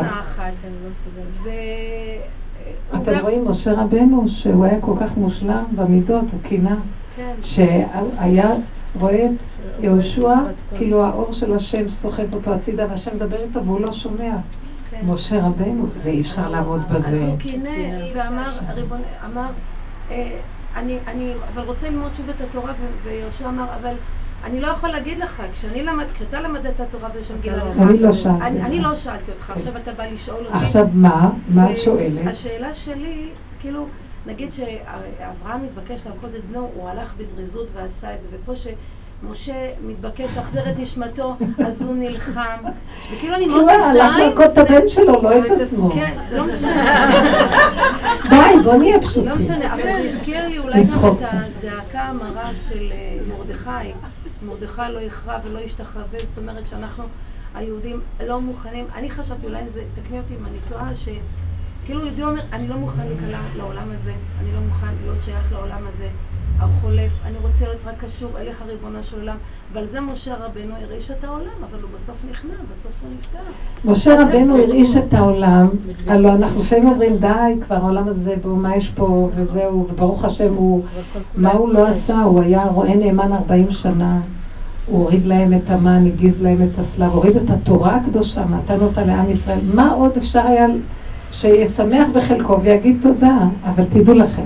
אתם רואים, משה רבנו, שהוא היה כל כך מושלם במידות, הקנאה, שהיה רואה את יהושע, כאילו האור של השם סוחב אותו הצידה, והשם מדבר איתו והוא לא שומע. משה רבנו, זה אי אפשר לעמוד אז בזה. הוא קינא ואמר, הריבון אמר, אה, אני, אני, אבל רוצה ללמוד שוב את התורה, ו- ויהושע אמר, אבל אני לא יכול להגיד לך, כשאני למד, כשאתה למד את התורה וישם גילה לך, אני לא שאלתי אני, אותך. אני לא שאלתי אותך, עכשיו אתה בא לשאול אותי. עכשיו מה? מה את ו- שואלת? השאלה שלי, כאילו, נגיד שאברהם מתבקש להלכות את בנו, הוא הלך בזריזות ועשה את זה, ופה שמשה מתבקש להחזיר את נשמתו, אז הוא נלחם, וכאילו אני מאוד הוא הלך להלכות את הבן שלו, לא את עצמו. כן, לא משנה. די, בוא נהיה פשוטים. לא משנה, אבל זה הזכיר לי אולי גם את הזעקה המרה של מרדכי. מרדכי לא יכרע ולא ישתחווה, זאת אומרת שאנחנו היהודים לא מוכנים. אני חשבתי, אולי זה, תקני אותי אם אני טועה, שכאילו יהודי אומר, אני לא מוכן להיקלע לעולם הזה, אני לא מוכן להיות שייך לעולם הזה, החולף, אני רוצה להיות רק קשור אליך ריבונו של עולם, ועל זה משה רבנו הרעיש את העולם, אבל הוא בסוף נכנע, בסוף הוא נפטר. משה רבנו הרעיש את העולם, הלוא אנחנו לפעמים אומרים די, כבר העולם הזה, בו מה יש פה וזהו, וברוך השם הוא, מה הוא לא עשה, הוא היה רואה נאמן ארבעים שנה, הוא הוריד להם את המן, הגיז להם את הסלב, הוריד את התורה הקדושה, נתן אותה לעם ישראל, מה עוד אפשר היה שישמח בחלקו ויגיד תודה, אבל תדעו לכם,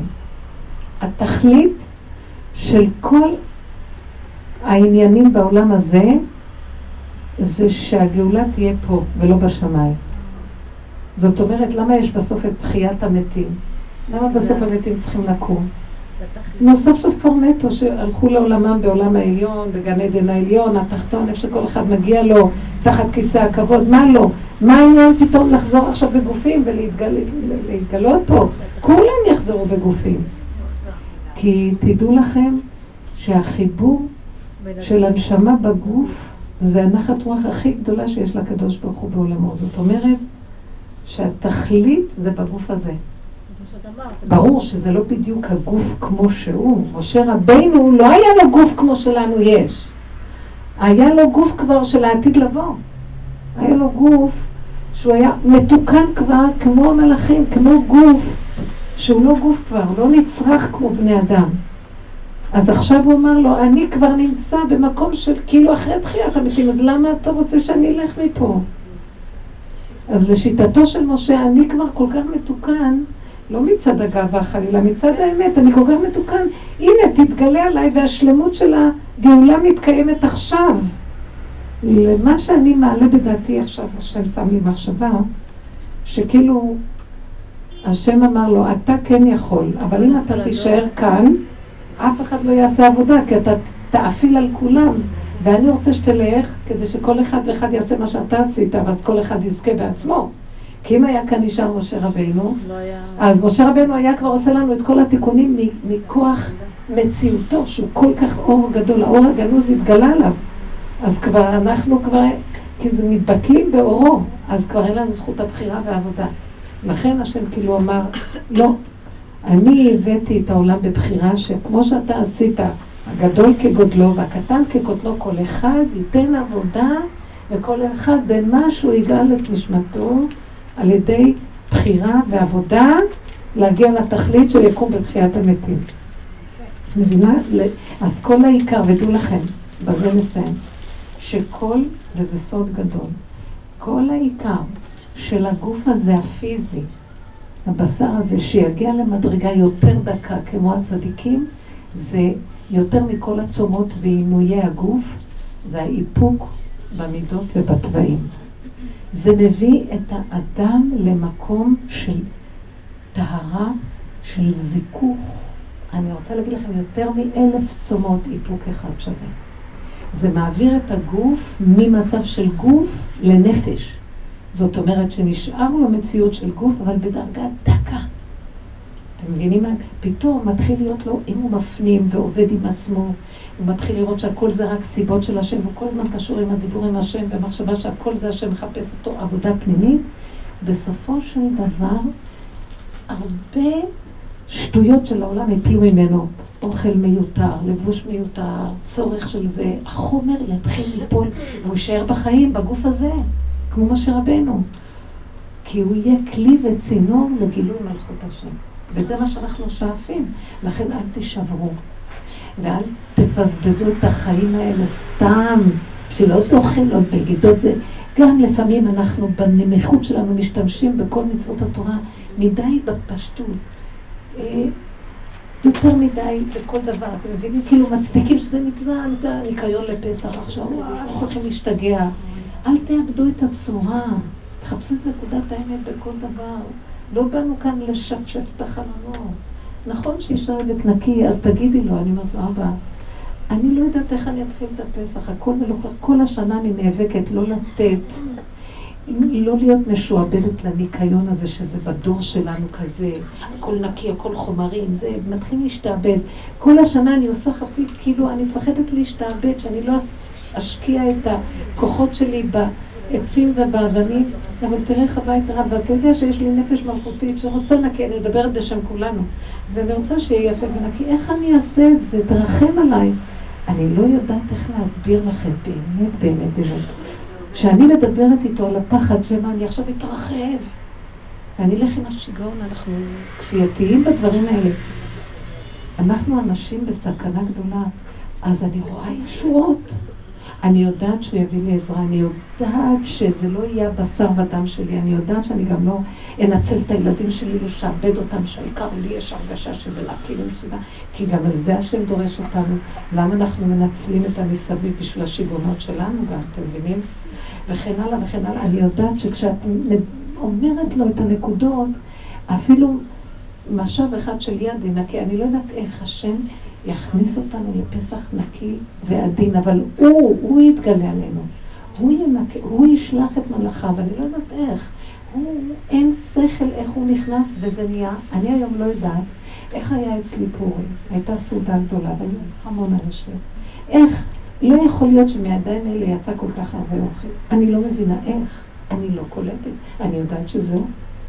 התכלית של כל העניינים בעולם הזה, זה שהגאולה תהיה פה ולא בשמיים. זאת אומרת, למה יש בסוף את תחיית המתים? למה בסוף המתים צריכים לקום? נו, סוף סוף כבר מתו שהלכו לעולמם בעולם העליון, בגן עדן העליון, התחתון, איפה שכל אחד מגיע לו תחת כיסא הכבוד, מה לא? מה העניין פתאום לחזור עכשיו בגופים ולהתגלות פה? כולם יחזרו בגופים. כי תדעו לכם שהחיבור של הנשמה בגוף זה הנחת רוח הכי גדולה שיש לקדוש ברוך הוא בעולמו. זאת אומרת שהתכלית זה בגוף הזה. ברור שזה לא בדיוק הגוף כמו שהוא. משה רבינו לא היה לו גוף כמו שלנו יש. היה לו גוף כבר של העתיד לבוא. היה לו גוף שהוא היה מתוקן כבר כמו המלאכים, כמו גוף שהוא לא גוף כבר, הוא לא נצרך כמו בני אדם. אז עכשיו הוא אמר לו, אני כבר נמצא במקום של כאילו אחרי תחיית המתים, אז למה אתה רוצה שאני אלך מפה? אז לשיטתו של משה, אני כבר כל כך מתוקן, לא מצד הגאווה חלילה, מצד האמת, אני כל כך מתוקן, הנה תתגלה עליי והשלמות של הגאולה מתקיימת עכשיו. למה שאני מעלה בדעתי עכשיו, השם שם לי מחשבה, שכאילו השם אמר לו, אתה כן יכול, אבל אם אתה תישאר כאן, אף אחד לא יעשה עבודה, כי אתה תאפיל על כולם, ואני רוצה שתלך כדי שכל אחד ואחד יעשה מה שאתה עשית, ואז כל אחד יזכה בעצמו. כי אם היה כאן נשאר משה רבינו, לא היה... אז משה רבינו היה כבר עושה לנו את כל התיקונים מכוח מציאותו, שהוא כל כך אור גדול, האור הגנוז התגלה עליו. אז כבר אנחנו כבר, כי זה מתבטלים באורו, אז כבר אין לנו זכות הבחירה והעבודה. לכן השם כאילו אמר, לא, אני הבאתי את העולם בבחירה שכמו שאתה עשית, הגדול כגודלו והקטן כקוטנו, כל אחד ייתן עבודה וכל אחד במשהו יגאל את נשמתו על ידי בחירה ועבודה להגיע לתכלית של יקום בתחיית המתים. מבינה? אז כל העיקר, ודעו לכם, בזה נסיים, שכל, וזה סוד גדול, כל העיקר של הגוף הזה הפיזי, הבשר הזה שיגיע למדרגה יותר דקה כמו הצדיקים, זה יותר מכל הצומות ועינויי הגוף, זה האיפוק במידות ובטבעים. זה מביא את האדם למקום של טהרה, של זיכוך. אני רוצה להגיד לכם, יותר מאלף צומות איפוק אחד שווה. זה מעביר את הגוף ממצב של גוף לנפש. זאת אומרת שנשאר לו מציאות של גוף, אבל בדרגה דקה. אתם מבינים מה? פתאום מתחיל להיות לו, אם הוא מפנים ועובד עם עצמו, הוא מתחיל לראות שהכל זה רק סיבות של השם, והוא כל הזמן קשור עם הדיבור עם השם, במחשבה שהכל זה השם מחפש אותו עבודה פנימית. בסופו של דבר, הרבה שטויות של העולם יפלו ממנו. אוכל מיותר, לבוש מיותר, צורך של זה, החומר יתחיל ליפול, והוא יישאר בחיים, בגוף הזה. כמו משה רבנו, כי הוא יהיה כלי וצינור לגילוי מלכות השם. וזה מה שאנחנו שואפים. לכן אל תשברו, ואל תפזבזו את החיים האלה סתם, שלא תאכלות בגידות זה. גם לפעמים אנחנו בנמיכות שלנו משתמשים בכל מצוות התורה מדי בפשטות. יותר מדי בכל דבר, אתם מבינים? כאילו מצדיקים שזה מצווה, מצווה ניקיון לפסח עכשיו, אנחנו הולכים להשתגע. אל תאבדו את הצורה, תחפשו את נקודת האמת בכל דבר. לא באנו כאן לשפשף את החלונות. נכון שאישה אוהבת נקי, אז תגידי לו, אני אומרת לו, אבא, אני לא יודעת איך אני אתחיל את הפסח, הכל מלוכלך, כל השנה אני נאבקת, לא לתת, לא להיות משועבדת לניקיון הזה, שזה בדור שלנו כזה, הכל נקי, הכל חומרים, זה מתחיל להשתעבד. כל השנה אני עושה חפית, כאילו אני מפחדת להשתעבד, שאני לא אשקיע את הכוחות שלי בעצים ובאבנים, אבל תראה חווה את רב, ואתה יודע שיש לי נפש מלכותית שרוצה נקי, אני מדברת בשם כולנו, ואני רוצה שיהיה יפה ונקי, איך אני אעשה את זה? תרחם עליי. אני לא יודעת איך להסביר לכם, באמת, באמת, באמת. כשאני מדברת איתו על הפחד שמה, אני עכשיו אתרחב. ואני אלך עם השיגעון, אנחנו כפייתיים בדברים האלה. אנחנו אנשים בסכנה גדולה, אז אני רואה ישועות. אני יודעת שהוא יביא לי עזרה, אני יודעת שזה לא יהיה בשר ודם שלי, אני יודעת שאני גם לא אנצל את הילדים שלי לשעבד אותם, שהעיקר לי יש הרגשה שזה להקיל ומסודר, כי גם על זה השם דורש אותנו. למה אנחנו מנצלים את המסביב בשביל השיגעונות שלנו גם, אתם מבינים? וכן הלאה וכן הלאה. אני יודעת שכשאת אומרת לו את הנקודות, אפילו משאב אחד של יד נקי, אני לא יודעת איך השם יכניס אותנו לפסח נקי ועדין, אבל הוא, הוא יתגלה עלינו. הוא, ינק, הוא ישלח את מלאכה, ואני לא יודעת איך. הוא, אין שכל איך הוא נכנס וזה נהיה. אני היום לא יודעת איך היה אצלי פורים. הייתה סעודה גדולה, והיו המון אנשים. איך? לא יכול להיות שמהידיים האלה יצא כל כך הרבה אוכל. אני לא מבינה איך. אני לא קולטת. אני יודעת שזהו.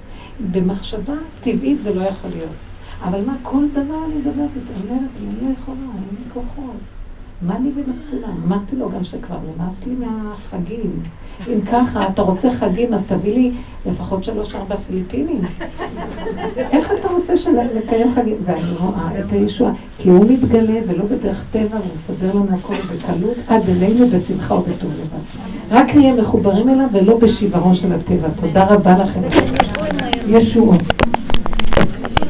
במחשבה טבעית זה לא יכול להיות. אבל מה, כל דבר אני מדברת איתו, אומרת, אני לא יכולה, אין לי כוחות. מה אני ובכולם? אמרתי לו גם שכבר נמאס לי מהחגים. אם ככה, אתה רוצה חגים, אז תביא לי לפחות שלוש ארבע פיליפינים. איך אתה רוצה שנקיים חגים? ואני רואה את הישועה, כי הוא מתגלה ולא בדרך טבע, הוא מסדר לנו הכל בקלות, עד אלינו בשמחה ובטוב לבד. רק נהיה מחוברים אליו ולא בשיוורון של הטבע. תודה רבה לכם. ישועות.